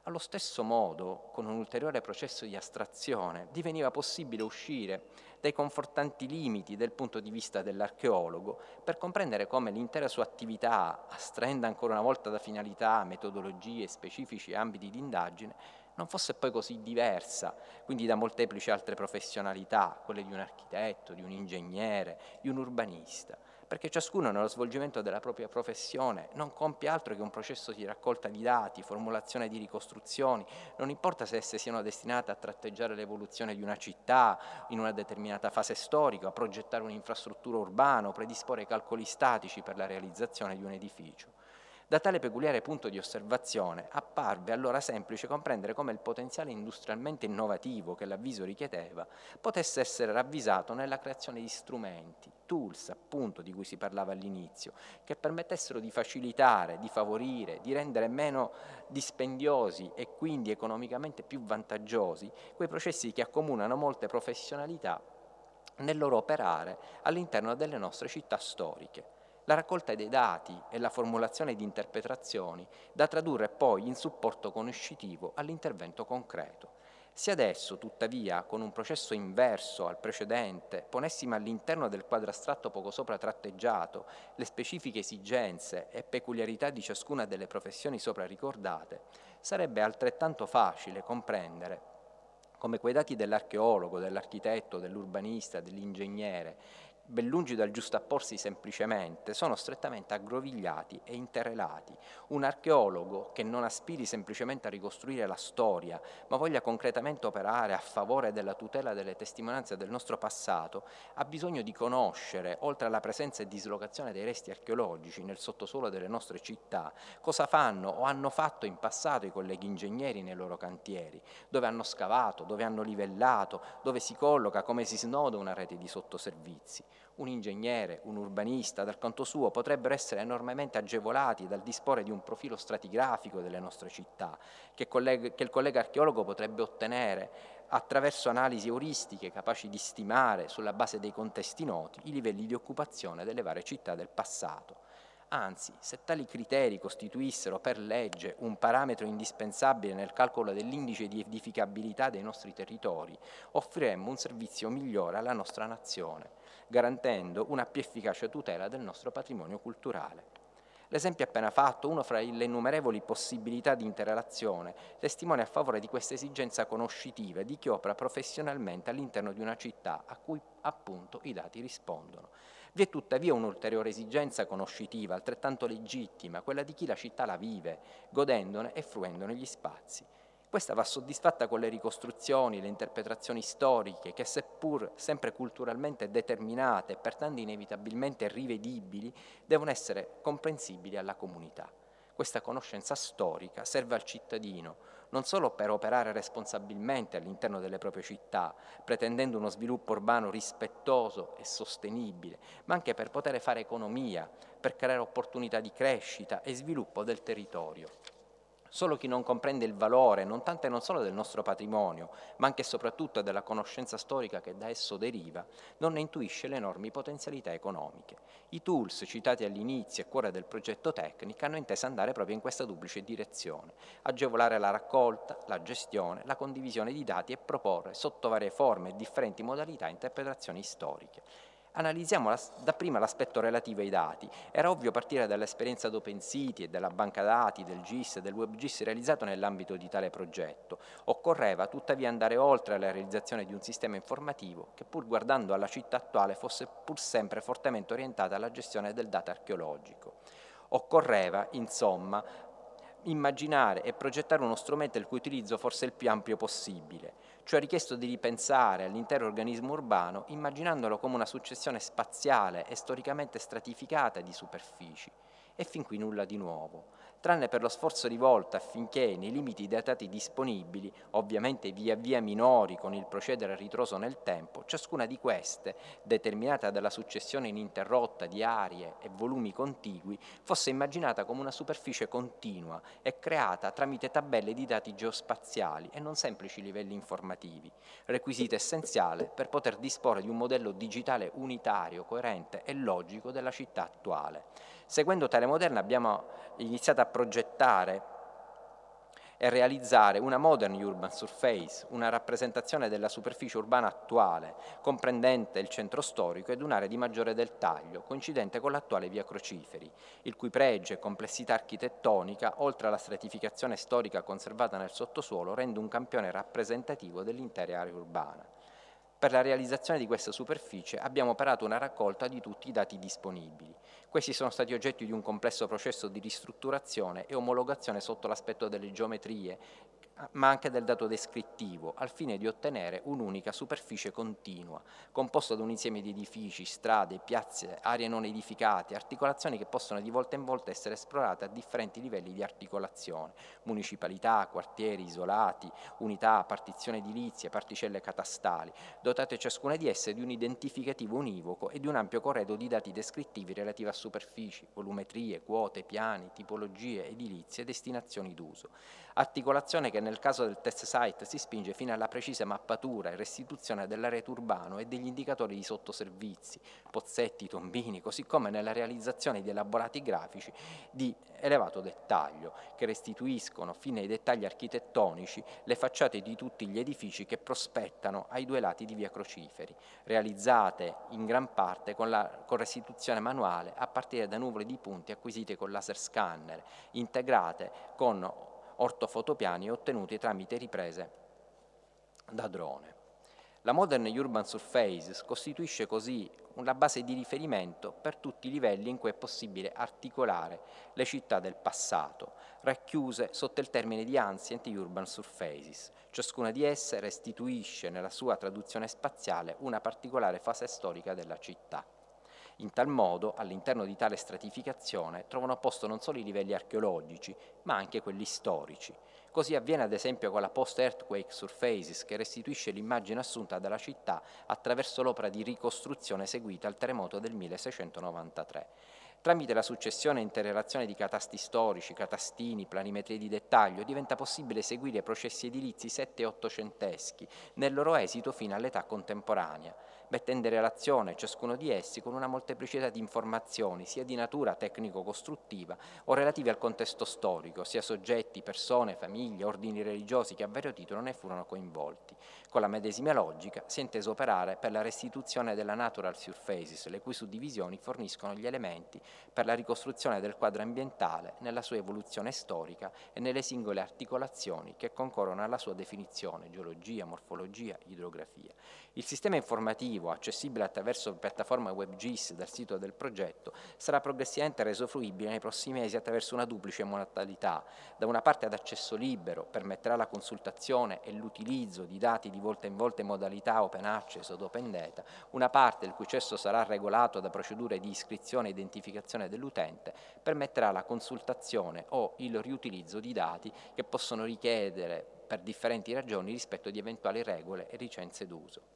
Allo stesso modo, con un ulteriore processo di astrazione, diveniva possibile uscire dai confortanti limiti del punto di vista dell'archeologo per comprendere come l'intera sua attività, astraenda ancora una volta da finalità, metodologie, specifici ambiti di indagine, non fosse poi così diversa, quindi da molteplici altre professionalità, quelle di un architetto, di un ingegnere, di un urbanista, perché ciascuno nello svolgimento della propria professione non compie altro che un processo di raccolta di dati, formulazione di ricostruzioni, non importa se esse siano destinate a tratteggiare l'evoluzione di una città in una determinata fase storica, a progettare un'infrastruttura urbana o predisporre calcoli statici per la realizzazione di un edificio. Da tale peculiare punto di osservazione apparve allora semplice comprendere come il potenziale industrialmente innovativo che l'avviso richiedeva potesse essere ravvisato nella creazione di strumenti, tools appunto di cui si parlava all'inizio, che permettessero di facilitare, di favorire, di rendere meno dispendiosi e quindi economicamente più vantaggiosi quei processi che accomunano molte professionalità nel loro operare all'interno delle nostre città storiche. La raccolta dei dati e la formulazione di interpretazioni da tradurre poi in supporto conoscitivo all'intervento concreto. Se adesso, tuttavia, con un processo inverso al precedente, ponessimo all'interno del quadro astratto poco sopra tratteggiato le specifiche esigenze e peculiarità di ciascuna delle professioni sopra ricordate, sarebbe altrettanto facile comprendere come quei dati dell'archeologo, dell'architetto, dell'urbanista, dell'ingegnere, ben lungi dal giustapporsi semplicemente, sono strettamente aggrovigliati e interrelati. Un archeologo che non aspiri semplicemente a ricostruire la storia, ma voglia concretamente operare a favore della tutela delle testimonianze del nostro passato, ha bisogno di conoscere, oltre alla presenza e dislocazione dei resti archeologici nel sottosuolo delle nostre città, cosa fanno o hanno fatto in passato i colleghi ingegneri nei loro cantieri, dove hanno scavato, dove hanno livellato, dove si colloca, come si snoda una rete di sottoservizi. Un ingegnere, un urbanista, dal canto suo, potrebbero essere enormemente agevolati dal disporre di un profilo stratigrafico delle nostre città, che il collega archeologo potrebbe ottenere attraverso analisi euristiche capaci di stimare, sulla base dei contesti noti, i livelli di occupazione delle varie città del passato. Anzi, se tali criteri costituissero per legge un parametro indispensabile nel calcolo dell'indice di edificabilità dei nostri territori, offriremmo un servizio migliore alla nostra nazione, garantendo una più efficace tutela del nostro patrimonio culturale. L'esempio appena fatto, uno fra le innumerevoli possibilità di interrelazione, testimonia a favore di questa esigenza conoscitiva di chi opera professionalmente all'interno di una città a cui appunto i dati rispondono. Vi è tuttavia un'ulteriore esigenza conoscitiva, altrettanto legittima, quella di chi la città la vive, godendone e fruendone gli spazi. Questa va soddisfatta con le ricostruzioni, le interpretazioni storiche che, seppur sempre culturalmente determinate e pertanto inevitabilmente rivedibili, devono essere comprensibili alla comunità. Questa conoscenza storica serve al cittadino non solo per operare responsabilmente all'interno delle proprie città, pretendendo uno sviluppo urbano rispettoso e sostenibile, ma anche per poter fare economia, per creare opportunità di crescita e sviluppo del territorio. Solo chi non comprende il valore non tanto e non solo del nostro patrimonio, ma anche e soprattutto della conoscenza storica che da esso deriva, non ne intuisce le enormi potenzialità economiche. I tools citati all'inizio e cuore del progetto Tecnic hanno inteso andare proprio in questa duplice direzione, agevolare la raccolta, la gestione, la condivisione di dati e proporre, sotto varie forme e differenti modalità, interpretazioni storiche. Analizziamo dapprima l'aspetto relativo ai dati. Era ovvio partire dall'esperienza d'OpenCity e della banca dati, del GIS e del WebGIS realizzato nell'ambito di tale progetto. Occorreva tuttavia andare oltre alla realizzazione di un sistema informativo che, pur guardando alla città attuale, fosse pur sempre fortemente orientata alla gestione del data archeologico. Occorreva, insomma, immaginare e progettare uno strumento il cui utilizzo fosse il più ampio possibile, cioè richiesto di ripensare all'intero organismo urbano immaginandolo come una successione spaziale e storicamente stratificata di superfici. E fin qui nulla di nuovo, tranne per lo sforzo rivolto affinché, nei limiti dei dati disponibili, ovviamente via via minori con il procedere a ritroso nel tempo, ciascuna di queste, determinata dalla successione ininterrotta di aree e volumi contigui, fosse immaginata come una superficie continua e creata tramite tabelle di dati geospaziali e non semplici livelli informativi, requisito essenziale per poter disporre di un modello digitale unitario, coerente e logico della città attuale. Seguendo tale modello abbiamo iniziato a progettare e realizzare una modern urban surface, una rappresentazione della superficie urbana attuale, comprendente il centro storico ed un'area di maggiore dettaglio, coincidente con l'attuale via Crociferi, il cui pregio e complessità architettonica, oltre alla stratificazione storica conservata nel sottosuolo, rende un campione rappresentativo dell'intera area urbana. Per la realizzazione di questa superficie abbiamo operato una raccolta di tutti i dati disponibili. Questi sono stati oggetto di un complesso processo di ristrutturazione e omologazione sotto l'aspetto delle geometrie, ma anche del dato descrittivo, al fine di ottenere un'unica superficie continua, composta da un insieme di edifici, strade, piazze, aree non edificate, articolazioni che possono di volta in volta essere esplorate a differenti livelli di articolazione, municipalità, quartieri isolati, unità, partizioni edilizie, particelle catastali, dotate ciascuna di esse di un identificativo univoco e di un ampio corredo di dati descrittivi relativi a superfici, volumetrie, quote, piani, tipologie edilizie e destinazioni d'uso. Articolazione che nel caso del test site si spinge fino alla precisa mappatura e restituzione dell'areto urbano e degli indicatori di sottoservizi, pozzetti, tombini, così come nella realizzazione di elaborati grafici di elevato dettaglio, che restituiscono fino ai dettagli architettonici le facciate di tutti gli edifici che prospettano ai due lati di via Crociferi, realizzate in gran parte con restituzione manuale a partire da nuvole di punti acquisite con laser scanner, integrate con ortofotopiani ottenuti tramite riprese da drone. La Modern Urban Surface costituisce così una base di riferimento per tutti i livelli in cui è possibile articolare le città del passato, racchiuse sotto il termine di Ancient Urban Surfaces. Ciascuna di esse restituisce nella sua traduzione spaziale una particolare fase storica della città. In tal modo, all'interno di tale stratificazione trovano posto non solo i livelli archeologici, ma anche quelli storici. Così avviene ad esempio con la Post-Earthquake Surfaces, che restituisce l'immagine assunta dalla città attraverso l'opera di ricostruzione seguita al terremoto del 1693. Tramite la successione e interrelazione di catasti storici, catastini, planimetrie di dettaglio, diventa possibile seguire processi edilizi sette- e ottocenteschi nel loro esito fino all'età contemporanea, mettendo in relazione ciascuno di essi con una molteplicità di informazioni, sia di natura tecnico-costruttiva o relative al contesto storico, sia soggetti, persone, famiglie, ordini religiosi che a vario titolo ne furono coinvolti. Con la medesima logica si è inteso operare per la restituzione della natural surfaces, le cui suddivisioni forniscono gli elementi per la ricostruzione del quadro ambientale nella sua evoluzione storica e nelle singole articolazioni che concorrono alla sua definizione: geologia, morfologia, idrografia. Il sistema informativo, accessibile attraverso piattaforma WebGIS dal sito del progetto, sarà progressivamente reso fruibile nei prossimi mesi attraverso una duplice modalità: da una parte ad accesso libero, permetterà la consultazione e l'utilizzo di dati di volta in volta in modalità open access o open data, una parte il cui accesso sarà regolato da procedure di iscrizione e identificazione dell'utente, permetterà la consultazione o il riutilizzo di dati che possono richiedere per differenti ragioni rispetto di eventuali regole e licenze d'uso.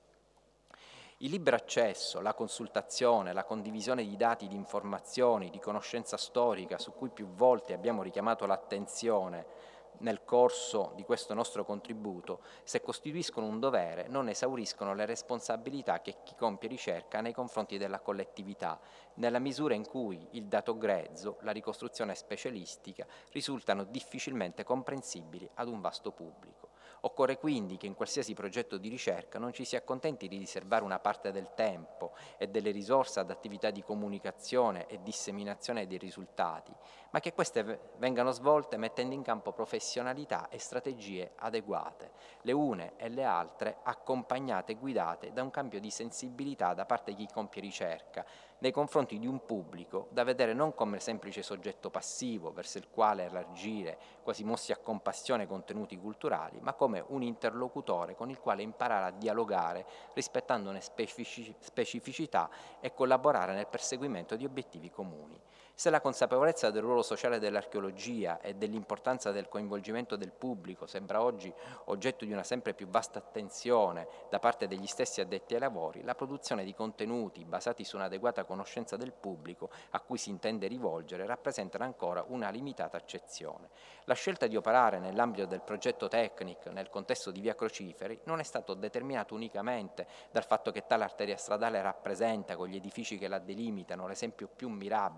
Il libero accesso, la consultazione, la condivisione di dati, di informazioni, di conoscenza storica su cui più volte abbiamo richiamato l'attenzione nel corso di questo nostro contributo, se costituiscono un dovere, non esauriscono le responsabilità che chi compie ricerca ha nei confronti della collettività, nella misura in cui il dato grezzo, la ricostruzione specialistica, risultano difficilmente comprensibili ad un vasto pubblico. Occorre quindi che in qualsiasi progetto di ricerca non ci si accontenti di riservare una parte del tempo e delle risorse ad attività di comunicazione e disseminazione dei risultati, ma che queste vengano svolte mettendo in campo professionalità e strategie adeguate, le une e le altre accompagnate e guidate da un cambio di sensibilità da parte di chi compie ricerca nei confronti di un pubblico da vedere non come semplice soggetto passivo verso il quale elargire, quasi mossi a compassione, contenuti culturali, ma come un interlocutore con il quale imparare a dialogare rispettandone specificità e collaborare nel perseguimento di obiettivi comuni. Se la consapevolezza del ruolo sociale dell'archeologia e dell'importanza del coinvolgimento del pubblico sembra oggi oggetto di una sempre più vasta attenzione da parte degli stessi addetti ai lavori, la produzione di contenuti basati su un'adeguata conoscenza del pubblico a cui si intende rivolgere rappresentano ancora una limitata accezione. La scelta di operare nell'ambito del progetto Technic nel contesto di via Crociferi non è stato determinato unicamente dal fatto che tale arteria stradale rappresenta, con gli edifici che la delimitano, l'esempio più mirabile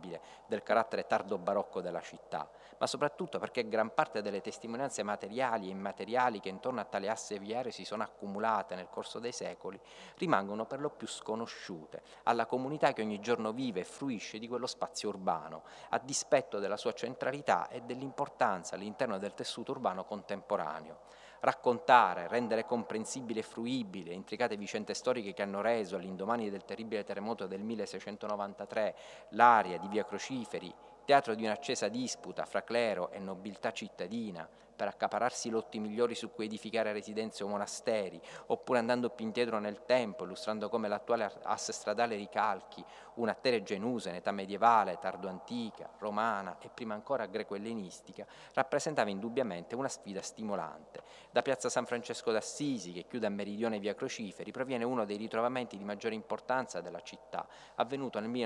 del carattere tardo barocco della città, ma soprattutto perché gran parte delle testimonianze materiali e immateriali che intorno a tale asse viario si sono accumulate nel corso dei secoli rimangono per lo più sconosciute alla comunità che ogni giorno vive e fruisce di quello spazio urbano, a dispetto della sua centralità e dell'importanza all'interno del tessuto urbano contemporaneo. Raccontare, rendere comprensibile e fruibile le intricate vicende storiche che hanno reso, all'indomani del terribile terremoto del 1693, l'area di via Crociferi teatro di un'accesa disputa fra clero e nobiltà cittadina, per accapararsi i lotti migliori su cui edificare residenze o monasteri, oppure andando più indietro nel tempo, illustrando come l'attuale asse stradale ricalchi un'arteria genusa in età medievale, tardo-antica, romana e prima ancora greco-ellenistica, rappresentava indubbiamente una sfida stimolante. Da piazza San Francesco d'Assisi, che chiude a meridione via Crociferi, proviene uno dei ritrovamenti di maggiore importanza della città, avvenuto nel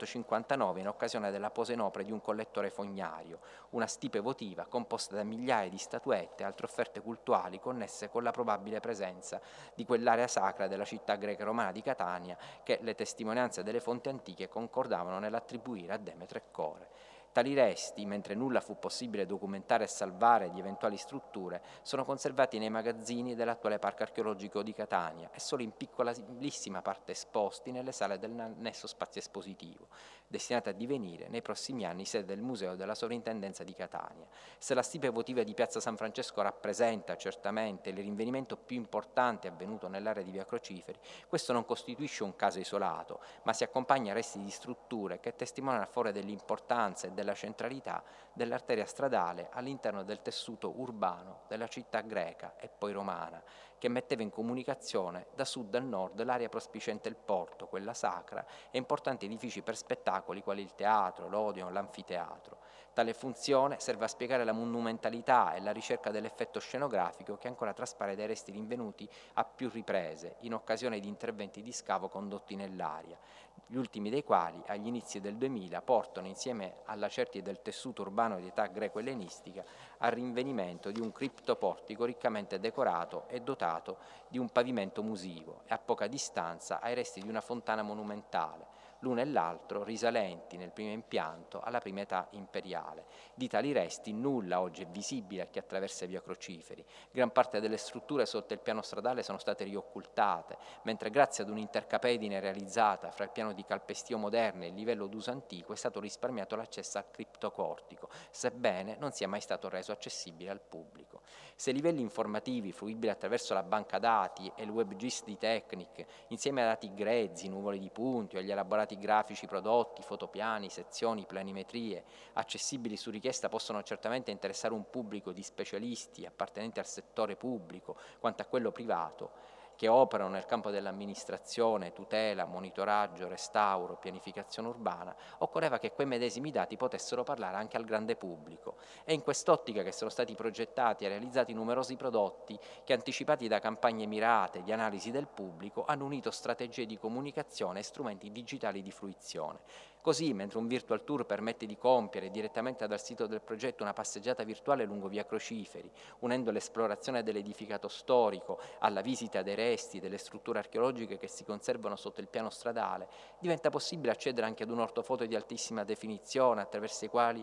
1959 in occasione della posa in opera di un collettore fognario, una stipe votiva composta da migliaia di statuette e altre offerte cultuali connesse con la probabile presenza di quell'area sacra della città greca romana di Catania che le testimonianze delle fonti antiche concordavano nell'attribuire a Demetre e Core. Tali resti, mentre nulla fu possibile documentare e salvare di eventuali strutture, sono conservati nei magazzini dell'attuale Parco Archeologico di Catania e solo in piccolissima parte esposti nelle sale dell'annesso spazio espositivo, destinate a divenire nei prossimi anni sede del Museo della Sovrintendenza di Catania. Se la stipe votiva di piazza San Francesco rappresenta certamente il rinvenimento più importante avvenuto nell'area di via Crociferi, questo non costituisce un caso isolato, ma si accompagna a resti di strutture che testimoniano a favore dell'importanza e della centralità dell'arteria stradale all'interno del tessuto urbano della città greca e poi romana, che metteva in comunicazione da sud a nord l'area prospiciente il porto, quella sacra, e importanti edifici per spettacoli quali il teatro, l'Odeon, l'anfiteatro. Tale funzione serve a spiegare la monumentalità e la ricerca dell'effetto scenografico che ancora traspare dai resti rinvenuti a più riprese in occasione di interventi di scavo condotti nell'area, gli ultimi dei quali, agli inizi del 2000, portano, insieme alla certide del tessuto urbano di età greco-ellenistica, al rinvenimento di un criptoportico riccamente decorato e dotato di un pavimento musivo e a poca distanza ai resti di una fontana monumentale, l'uno e l'altro risalenti nel primo impianto alla prima età imperiale. Di tali resti nulla oggi è visibile a chi attraversa via Crociferi. Gran parte delle strutture sotto il piano stradale sono state rioccultate, mentre grazie ad un'intercapedine realizzata fra il piano di calpestio moderno e il livello d'uso antico è stato risparmiato l'accesso al criptocortico, sebbene non sia mai stato reso accessibile al pubblico. Se i livelli informativi fruibili attraverso la banca dati e il WebGIS di Technic, insieme a dati grezzi, nuvole di punti o agli elaborati grafici prodotti, fotopiani, sezioni, planimetrie, accessibili su richiesta, possono certamente interessare un pubblico di specialisti appartenenti al settore pubblico quanto a quello privato, che operano nel campo dell'amministrazione, tutela, monitoraggio, restauro, pianificazione urbana, occorreva che quei medesimi dati potessero parlare anche al grande pubblico. È in quest'ottica che sono stati progettati e realizzati numerosi prodotti che, anticipati da campagne mirate di analisi del pubblico, hanno unito strategie di comunicazione e strumenti digitali di fruizione. Così, mentre un virtual tour permette di compiere direttamente dal sito del progetto una passeggiata virtuale lungo via Crociferi, unendo l'esplorazione dell'edificato storico alla visita dei resti delle strutture archeologiche che si conservano sotto il piano stradale, diventa possibile accedere anche ad un ortofoto di altissima definizione, attraverso i quali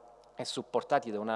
è supportati da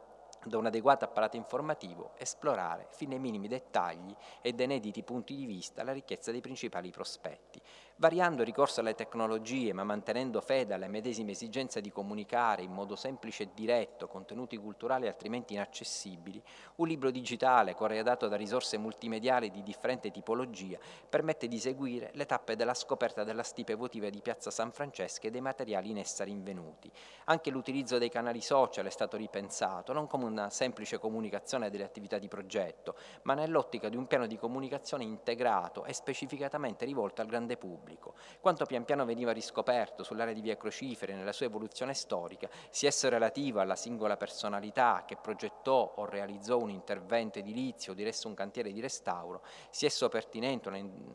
un adeguato apparato informativo, esplorare fino ai minimi dettagli e da inediti punti di vista la ricchezza dei principali prospetti. Variando il ricorso alle tecnologie, ma mantenendo fede alle medesime esigenze di comunicare in modo semplice e diretto contenuti culturali altrimenti inaccessibili, un libro digitale corredato da risorse multimediali di differente tipologia permette di seguire le tappe della scoperta della stipe votiva di piazza San Francesco e dei materiali in essa rinvenuti. Anche l'utilizzo dei canali social è stato ripensato, non come una semplice comunicazione delle attività di progetto, ma nell'ottica di un piano di comunicazione integrato e specificatamente rivolto al grande pubblico. Quanto pian piano veniva riscoperto sull'area di via Crociferi nella sua evoluzione storica, sia esso relativo alla singola personalità che progettò o realizzò un intervento edilizio o diresse un cantiere di restauro, sia esso pertinente a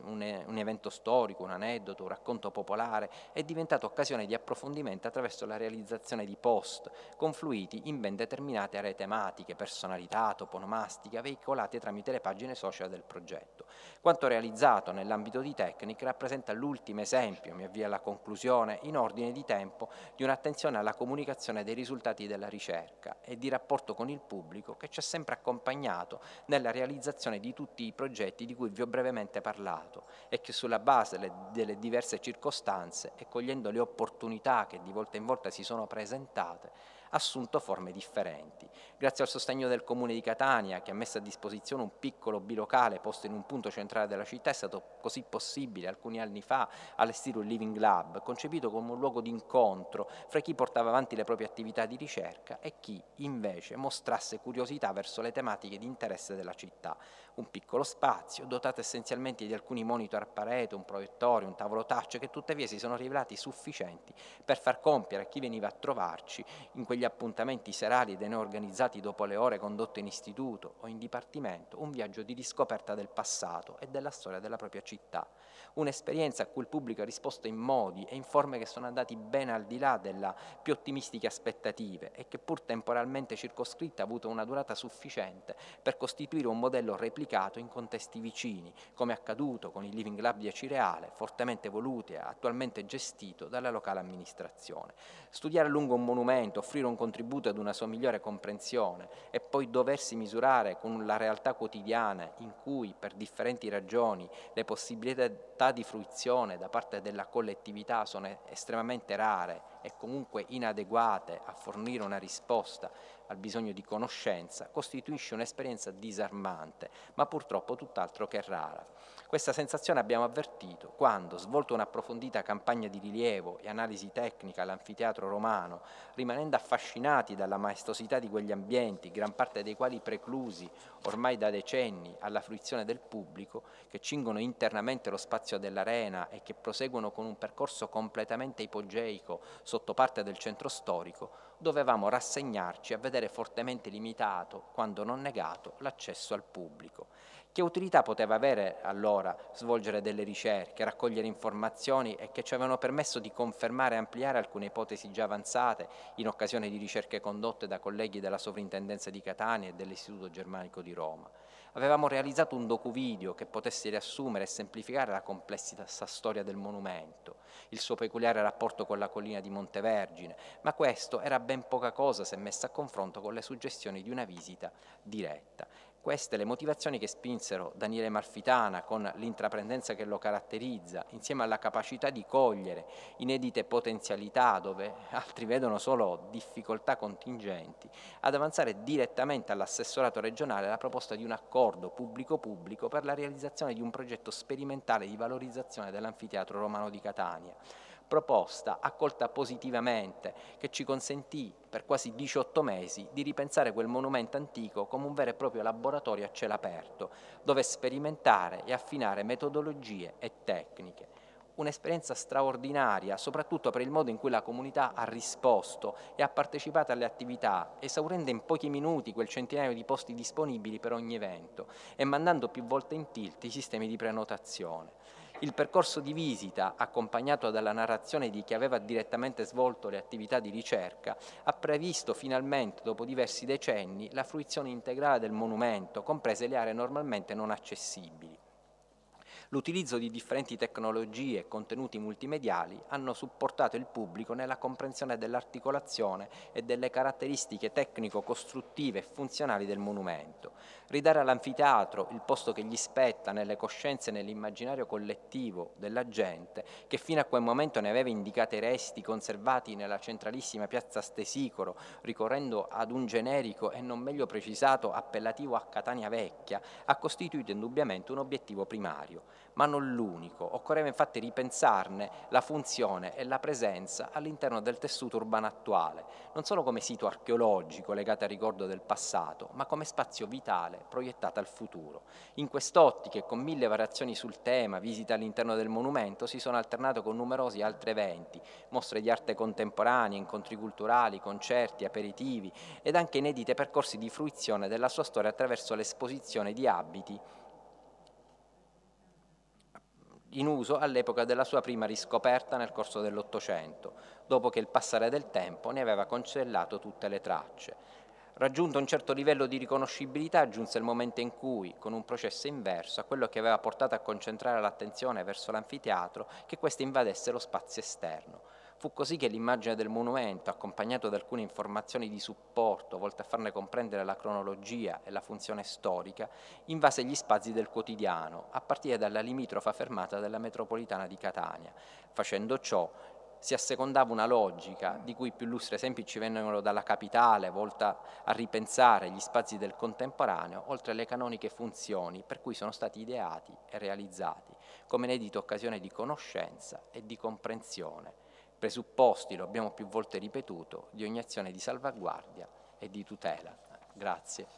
un evento storico, un aneddoto, un racconto popolare, è diventato occasione di approfondimento attraverso la realizzazione di post confluiti in ben determinate aree tematiche, personalità, toponomastiche, veicolate tramite le pagine social del progetto. Quanto realizzato nell'ambito di Technic rappresenta l'ultimo esempio, mi avvio alla conclusione, in ordine di tempo, di un'attenzione alla comunicazione dei risultati della ricerca e di rapporto con il pubblico che ci ha sempre accompagnato nella realizzazione di tutti i progetti di cui vi ho brevemente parlato e che sulla base delle diverse circostanze e cogliendo le opportunità che di volta in volta si sono presentate, assunto forme differenti. Grazie al sostegno del Comune di Catania, che ha messo a disposizione un piccolo bilocale posto in un punto centrale della città, è stato così possibile alcuni anni fa allestire un Living Lab, concepito come un luogo di incontro fra chi portava avanti le proprie attività di ricerca e chi invece mostrasse curiosità verso le tematiche di interesse della città. Un piccolo spazio, dotato essenzialmente di alcuni monitor a parete, un proiettore, un tavolo touch, che tuttavia si sono rivelati sufficienti per far compiere a chi veniva a trovarci in quegli appuntamenti serali da noi organizzati dopo le ore condotte in istituto o in dipartimento, un viaggio di riscoperta del passato e della storia della propria città. Un'esperienza a cui il pubblico ha risposto in modi e in forme che sono andati ben al di là delle più ottimistiche aspettative e che, pur temporalmente circoscritta, ha avuto una durata sufficiente per costituire un modello replicato in contesti vicini, come accaduto con il Living Lab di Acireale, fortemente voluto e attualmente gestito dalla locale amministrazione. Studiare a lungo un monumento, offrire un contributo ad una sua migliore comprensione e poi doversi misurare con la realtà quotidiana in cui, per differenti ragioni, le possibilità di fruizione da parte della collettività sono estremamente rare e comunque inadeguate a fornire una risposta al bisogno di conoscenza, costituisce un'esperienza disarmante, ma purtroppo tutt'altro che rara. Questa sensazione abbiamo avvertito quando, svolto un'approfondita campagna di rilievo e analisi tecnica all'anfiteatro romano, rimanendo affascinati dalla maestosità di quegli ambienti, gran parte dei quali preclusi ormai da decenni alla fruizione del pubblico, che cingono internamente lo spazio dell'arena e che proseguono con un percorso completamente ipogeico sotto parte del centro storico, dovevamo rassegnarci a vedere fortemente limitato, quando non negato, l'accesso al pubblico. Che utilità poteva avere allora svolgere delle ricerche, raccogliere informazioni e che ci avevano permesso di confermare e ampliare alcune ipotesi già avanzate in occasione di ricerche condotte da colleghi della Sovrintendenza di Catania e dell'Istituto Germanico di Roma? Avevamo realizzato un docuvideo che potesse riassumere e semplificare la complessa storia del monumento, il suo peculiare rapporto con la collina di Montevergine, ma questo era ben poca cosa se messo a confronto con le suggestioni di una visita diretta. Queste le motivazioni che spinsero Daniele Malfitana, con l'intraprendenza che lo caratterizza, insieme alla capacità di cogliere inedite potenzialità dove altri vedono solo difficoltà contingenti, ad avanzare direttamente all'assessorato regionale la proposta di un accordo pubblico-pubblico per la realizzazione di un progetto sperimentale di valorizzazione dell'anfiteatro romano di Catania. Proposta accolta positivamente che ci consentì per quasi 18 mesi di ripensare quel monumento antico come un vero e proprio laboratorio a cielo aperto, dove sperimentare e affinare metodologie e tecniche. Un'esperienza straordinaria, soprattutto per il modo in cui la comunità ha risposto e ha partecipato alle attività, esaurendo in pochi minuti quel centinaio di posti disponibili per ogni evento e mandando più volte in tilt i sistemi di prenotazione. Il percorso di visita, accompagnato dalla narrazione di chi aveva direttamente svolto le attività di ricerca, ha previsto finalmente, dopo diversi decenni, la fruizione integrale del monumento, comprese le aree normalmente non accessibili. L'utilizzo di differenti tecnologie e contenuti multimediali hanno supportato il pubblico nella comprensione dell'articolazione e delle caratteristiche tecnico-costruttive e funzionali del monumento. Ridare all'anfiteatro il posto che gli spetta nelle coscienze e nell'immaginario collettivo della gente, che fino a quel momento ne aveva indicati i resti conservati nella centralissima piazza Stesicoro, ricorrendo ad un generico e non meglio precisato appellativo a Catania Vecchia, ha costituito indubbiamente un obiettivo primario. Ma non l'unico. Occorreva infatti ripensarne la funzione e la presenza all'interno del tessuto urbano attuale, non solo come sito archeologico legato al ricordo del passato, ma come spazio vitale proiettato al futuro. In quest'ottica e con 1000 variazioni sul tema, visite all'interno del monumento, si sono alternate con numerosi altri eventi, mostre di arte contemporanea, incontri culturali, concerti, aperitivi ed anche inedite percorsi di fruizione della sua storia attraverso l'esposizione di abiti in uso all'epoca della sua prima riscoperta nel corso dell'Ottocento, dopo che il passare del tempo ne aveva cancellato tutte le tracce. Raggiunto un certo livello di riconoscibilità, giunse il momento in cui, con un processo inverso a quello che aveva portato a concentrare l'attenzione verso l'anfiteatro, che questo invadesse lo spazio esterno. Fu così che l'immagine del monumento, accompagnato da alcune informazioni di supporto volte a farne comprendere la cronologia e la funzione storica, invase gli spazi del quotidiano, a partire dalla limitrofa fermata della metropolitana di Catania. Facendo ciò, si assecondava una logica di cui più illustri esempi ci vennero dalla capitale, volta a ripensare gli spazi del contemporaneo, oltre alle canoniche funzioni per cui sono stati ideati e realizzati, come inedita occasione di conoscenza e di comprensione, presupposti, lo abbiamo più volte ripetuto, di ogni azione di salvaguardia e di tutela. Grazie.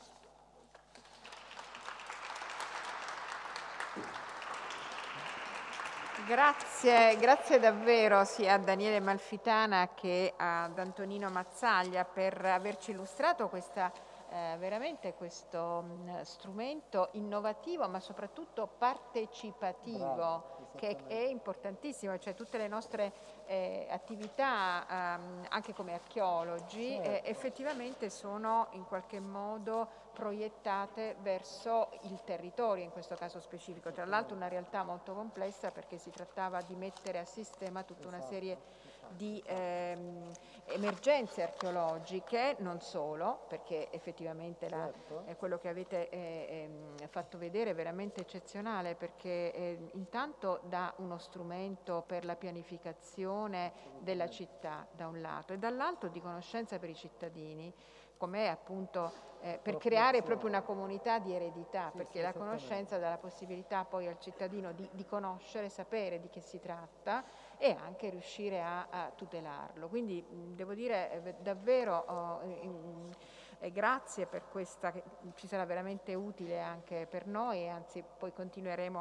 Grazie davvero sia a Daniele Malfitana che ad Antonino Mazzaglia per averci illustrato veramente questo strumento innovativo ma soprattutto partecipativo, che è importantissimo, cioè tutte le nostre attività anche come archeologi effettivamente sono in qualche modo proiettate verso il territorio, in questo caso specifico, tra l'altro una realtà molto complessa perché si trattava di mettere a sistema tutta una serie di emergenze archeologiche, non solo, perché effettivamente quello che avete fatto vedere è veramente eccezionale, perché intanto dà uno strumento per la pianificazione della città da un lato e dall'altro di conoscenza per i cittadini, com'è appunto per creare proprio una comunità di eredità, perché la conoscenza dà la possibilità poi al cittadino di conoscere, sapere di che si tratta e anche riuscire a tutelarlo. Quindi devo dire davvero grazie per questa, che ci sarà veramente utile anche per noi e anzi poi continueremo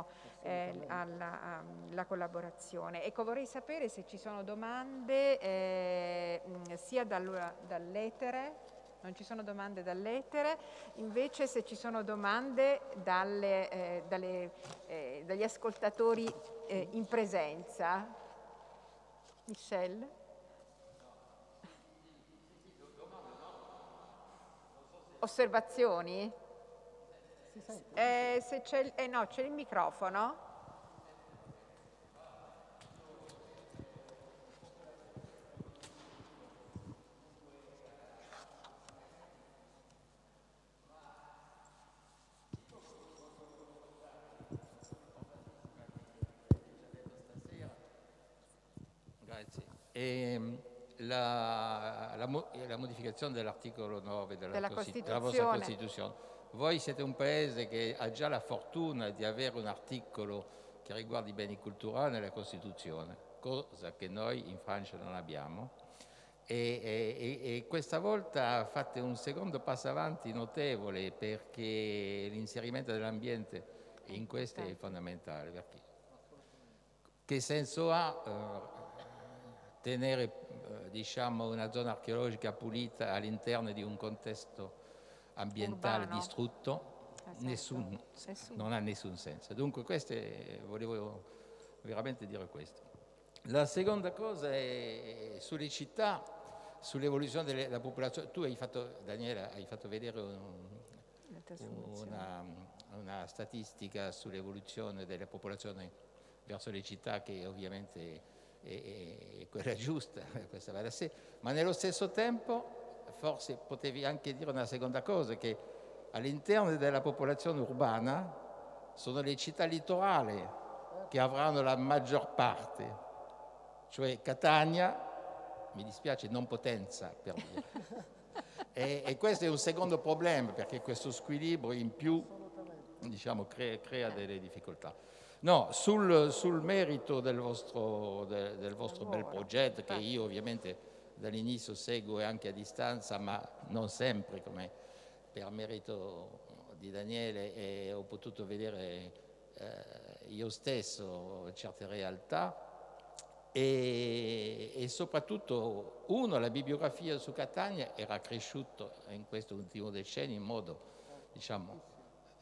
la collaborazione. Ecco, vorrei sapere se ci sono domande sia dall'etere. Non ci sono domande dall'etere, invece se ci sono domande dagli ascoltatori in presenza. Michelle? Osservazioni? Se c'è no, c'è il microfono. La modificazione dell'articolo 9 della vostra Costituzione. Voi siete un paese che ha già la fortuna di avere un articolo che riguarda i beni culturali nella Costituzione, cosa che noi in Francia non abbiamo. E questa volta fate un secondo passo avanti notevole, perché l'inserimento dell'ambiente in questo è fondamentale. Perché che senso ha tenere diciamo una zona archeologica pulita all'interno di un contesto ambientale urbano distrutto? Esatto. Non ha nessun senso. Dunque volevo veramente dire questo. La seconda cosa è sulle città, sull'evoluzione della popolazione. Tu Daniela, hai fatto vedere una statistica sull'evoluzione della popolazione verso le città, che ovviamente è quella giusta, questa va da sé, ma nello stesso tempo forse potevi anche dire una seconda cosa, che all'interno della popolazione urbana sono le città litorali che avranno la maggior parte, cioè Catania, mi dispiace, non Potenza per dire. E questo è un secondo problema, perché questo squilibrio in più diciamo, crea delle difficoltà. No, sul merito del vostro bel progetto, che io ovviamente dall'inizio seguo anche a distanza, ma non sempre, come per merito di Daniele, e ho potuto vedere io stesso certe realtà, e soprattutto la bibliografia su Catania era cresciuta in questo ultimo decennio in modo, diciamo,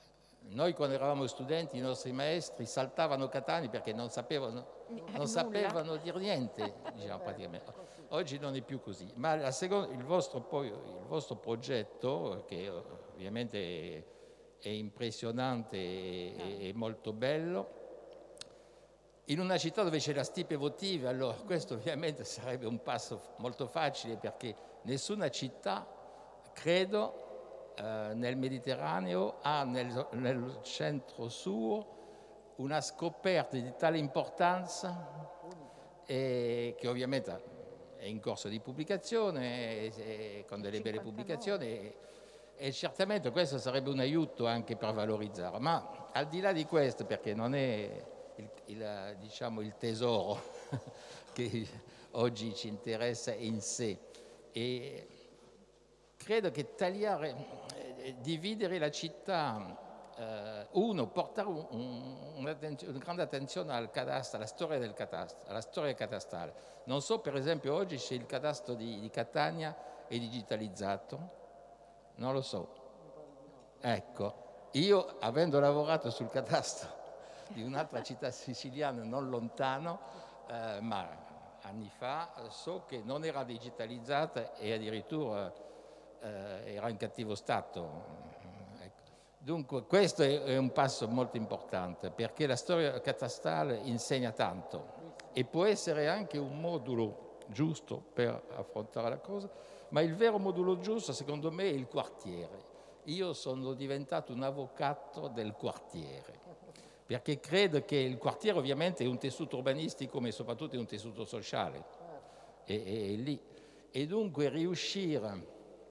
Noi quando eravamo studenti i nostri maestri saltavano Catania perché non sapevano dire niente, diciamo, praticamente. Oggi non è più così, ma il vostro progetto, che ovviamente è impressionante e molto bello, in una città dove c'è la stipe votive, allora questo ovviamente sarebbe un passo molto facile, perché nessuna città, credo, nel Mediterraneo ha nel centro suo una scoperta di tale importanza, che ovviamente è in corso di pubblicazione, con delle belle pubblicazioni, e certamente questo sarebbe un aiuto anche per valorizzare. Ma al di là di questo, perché non è diciamo, il tesoro che oggi ci interessa in sé, e credo che dividere la città, portare una grande attenzione al cadastro, alla storia del cadastro, alla storia catastale. Non so, per esempio, oggi se il cadastro di Catania è digitalizzato, non lo so. Ecco, io avendo lavorato sul cadastro di un'altra città siciliana non lontano, ma anni fa, so che non era digitalizzata e addirittura era in cattivo stato. Ecco. Dunque questo è un passo molto importante, perché la storia catastale insegna tanto e può essere anche un modulo giusto per affrontare la cosa, ma il vero modulo giusto secondo me è il quartiere. Io sono diventato un avvocato del quartiere, perché credo che il quartiere ovviamente è un tessuto urbanistico, ma soprattutto è un tessuto sociale, è lì. E dunque riuscire,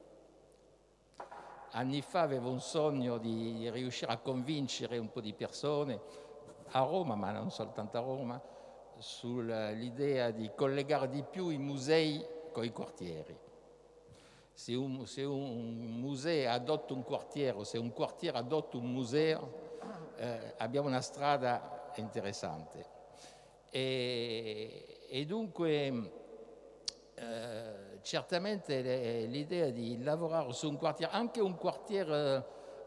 anni fa avevo un sogno di riuscire a convincere un po' di persone a Roma, ma non soltanto a Roma, sull'idea di collegare di più i musei con i quartieri. Se un museo adotta un quartiere o se un quartiere adotta un museo, abbiamo una strada interessante. E dunque certamente l'idea di lavorare su un quartiere, anche un quartiere,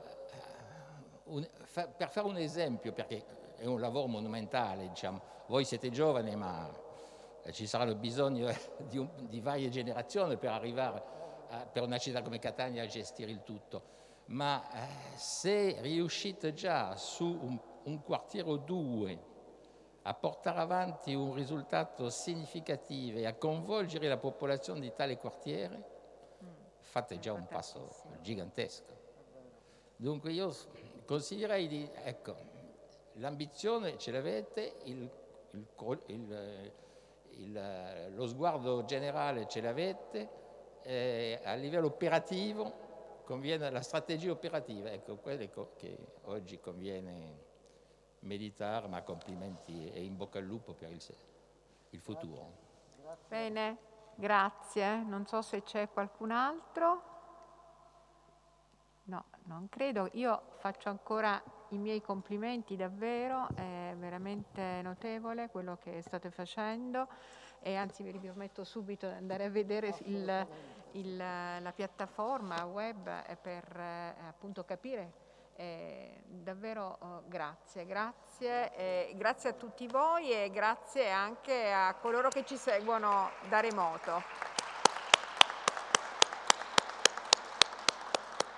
per fare un esempio, perché è un lavoro monumentale, diciamo, voi siete giovani ma ci saranno bisogno di varie generazioni per arrivare per una città come Catania a gestire il tutto, ma se riuscite già su un quartiere o due a portare avanti un risultato significativo e a coinvolgere la popolazione di tale quartiere, fate già un passo gigantesco. Dunque io consiglierei di, ecco, l'ambizione ce l'avete, lo sguardo generale ce l'avete, a livello operativo conviene la strategia operativa, ecco, quelle che oggi conviene meditare, ma complimenti e in bocca al lupo per il futuro. Bene, grazie. Non so se c'è qualcun altro. No, non credo. Io faccio ancora i miei complimenti, davvero, è veramente notevole quello che state facendo, e anzi vi permetto subito di andare a vedere la piattaforma web per appunto capire. Davvero grazie a tutti voi e grazie anche a coloro che ci seguono da remoto.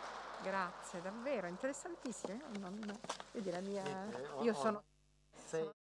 Grazie, davvero interessantissimo. Vedi la mia, io sono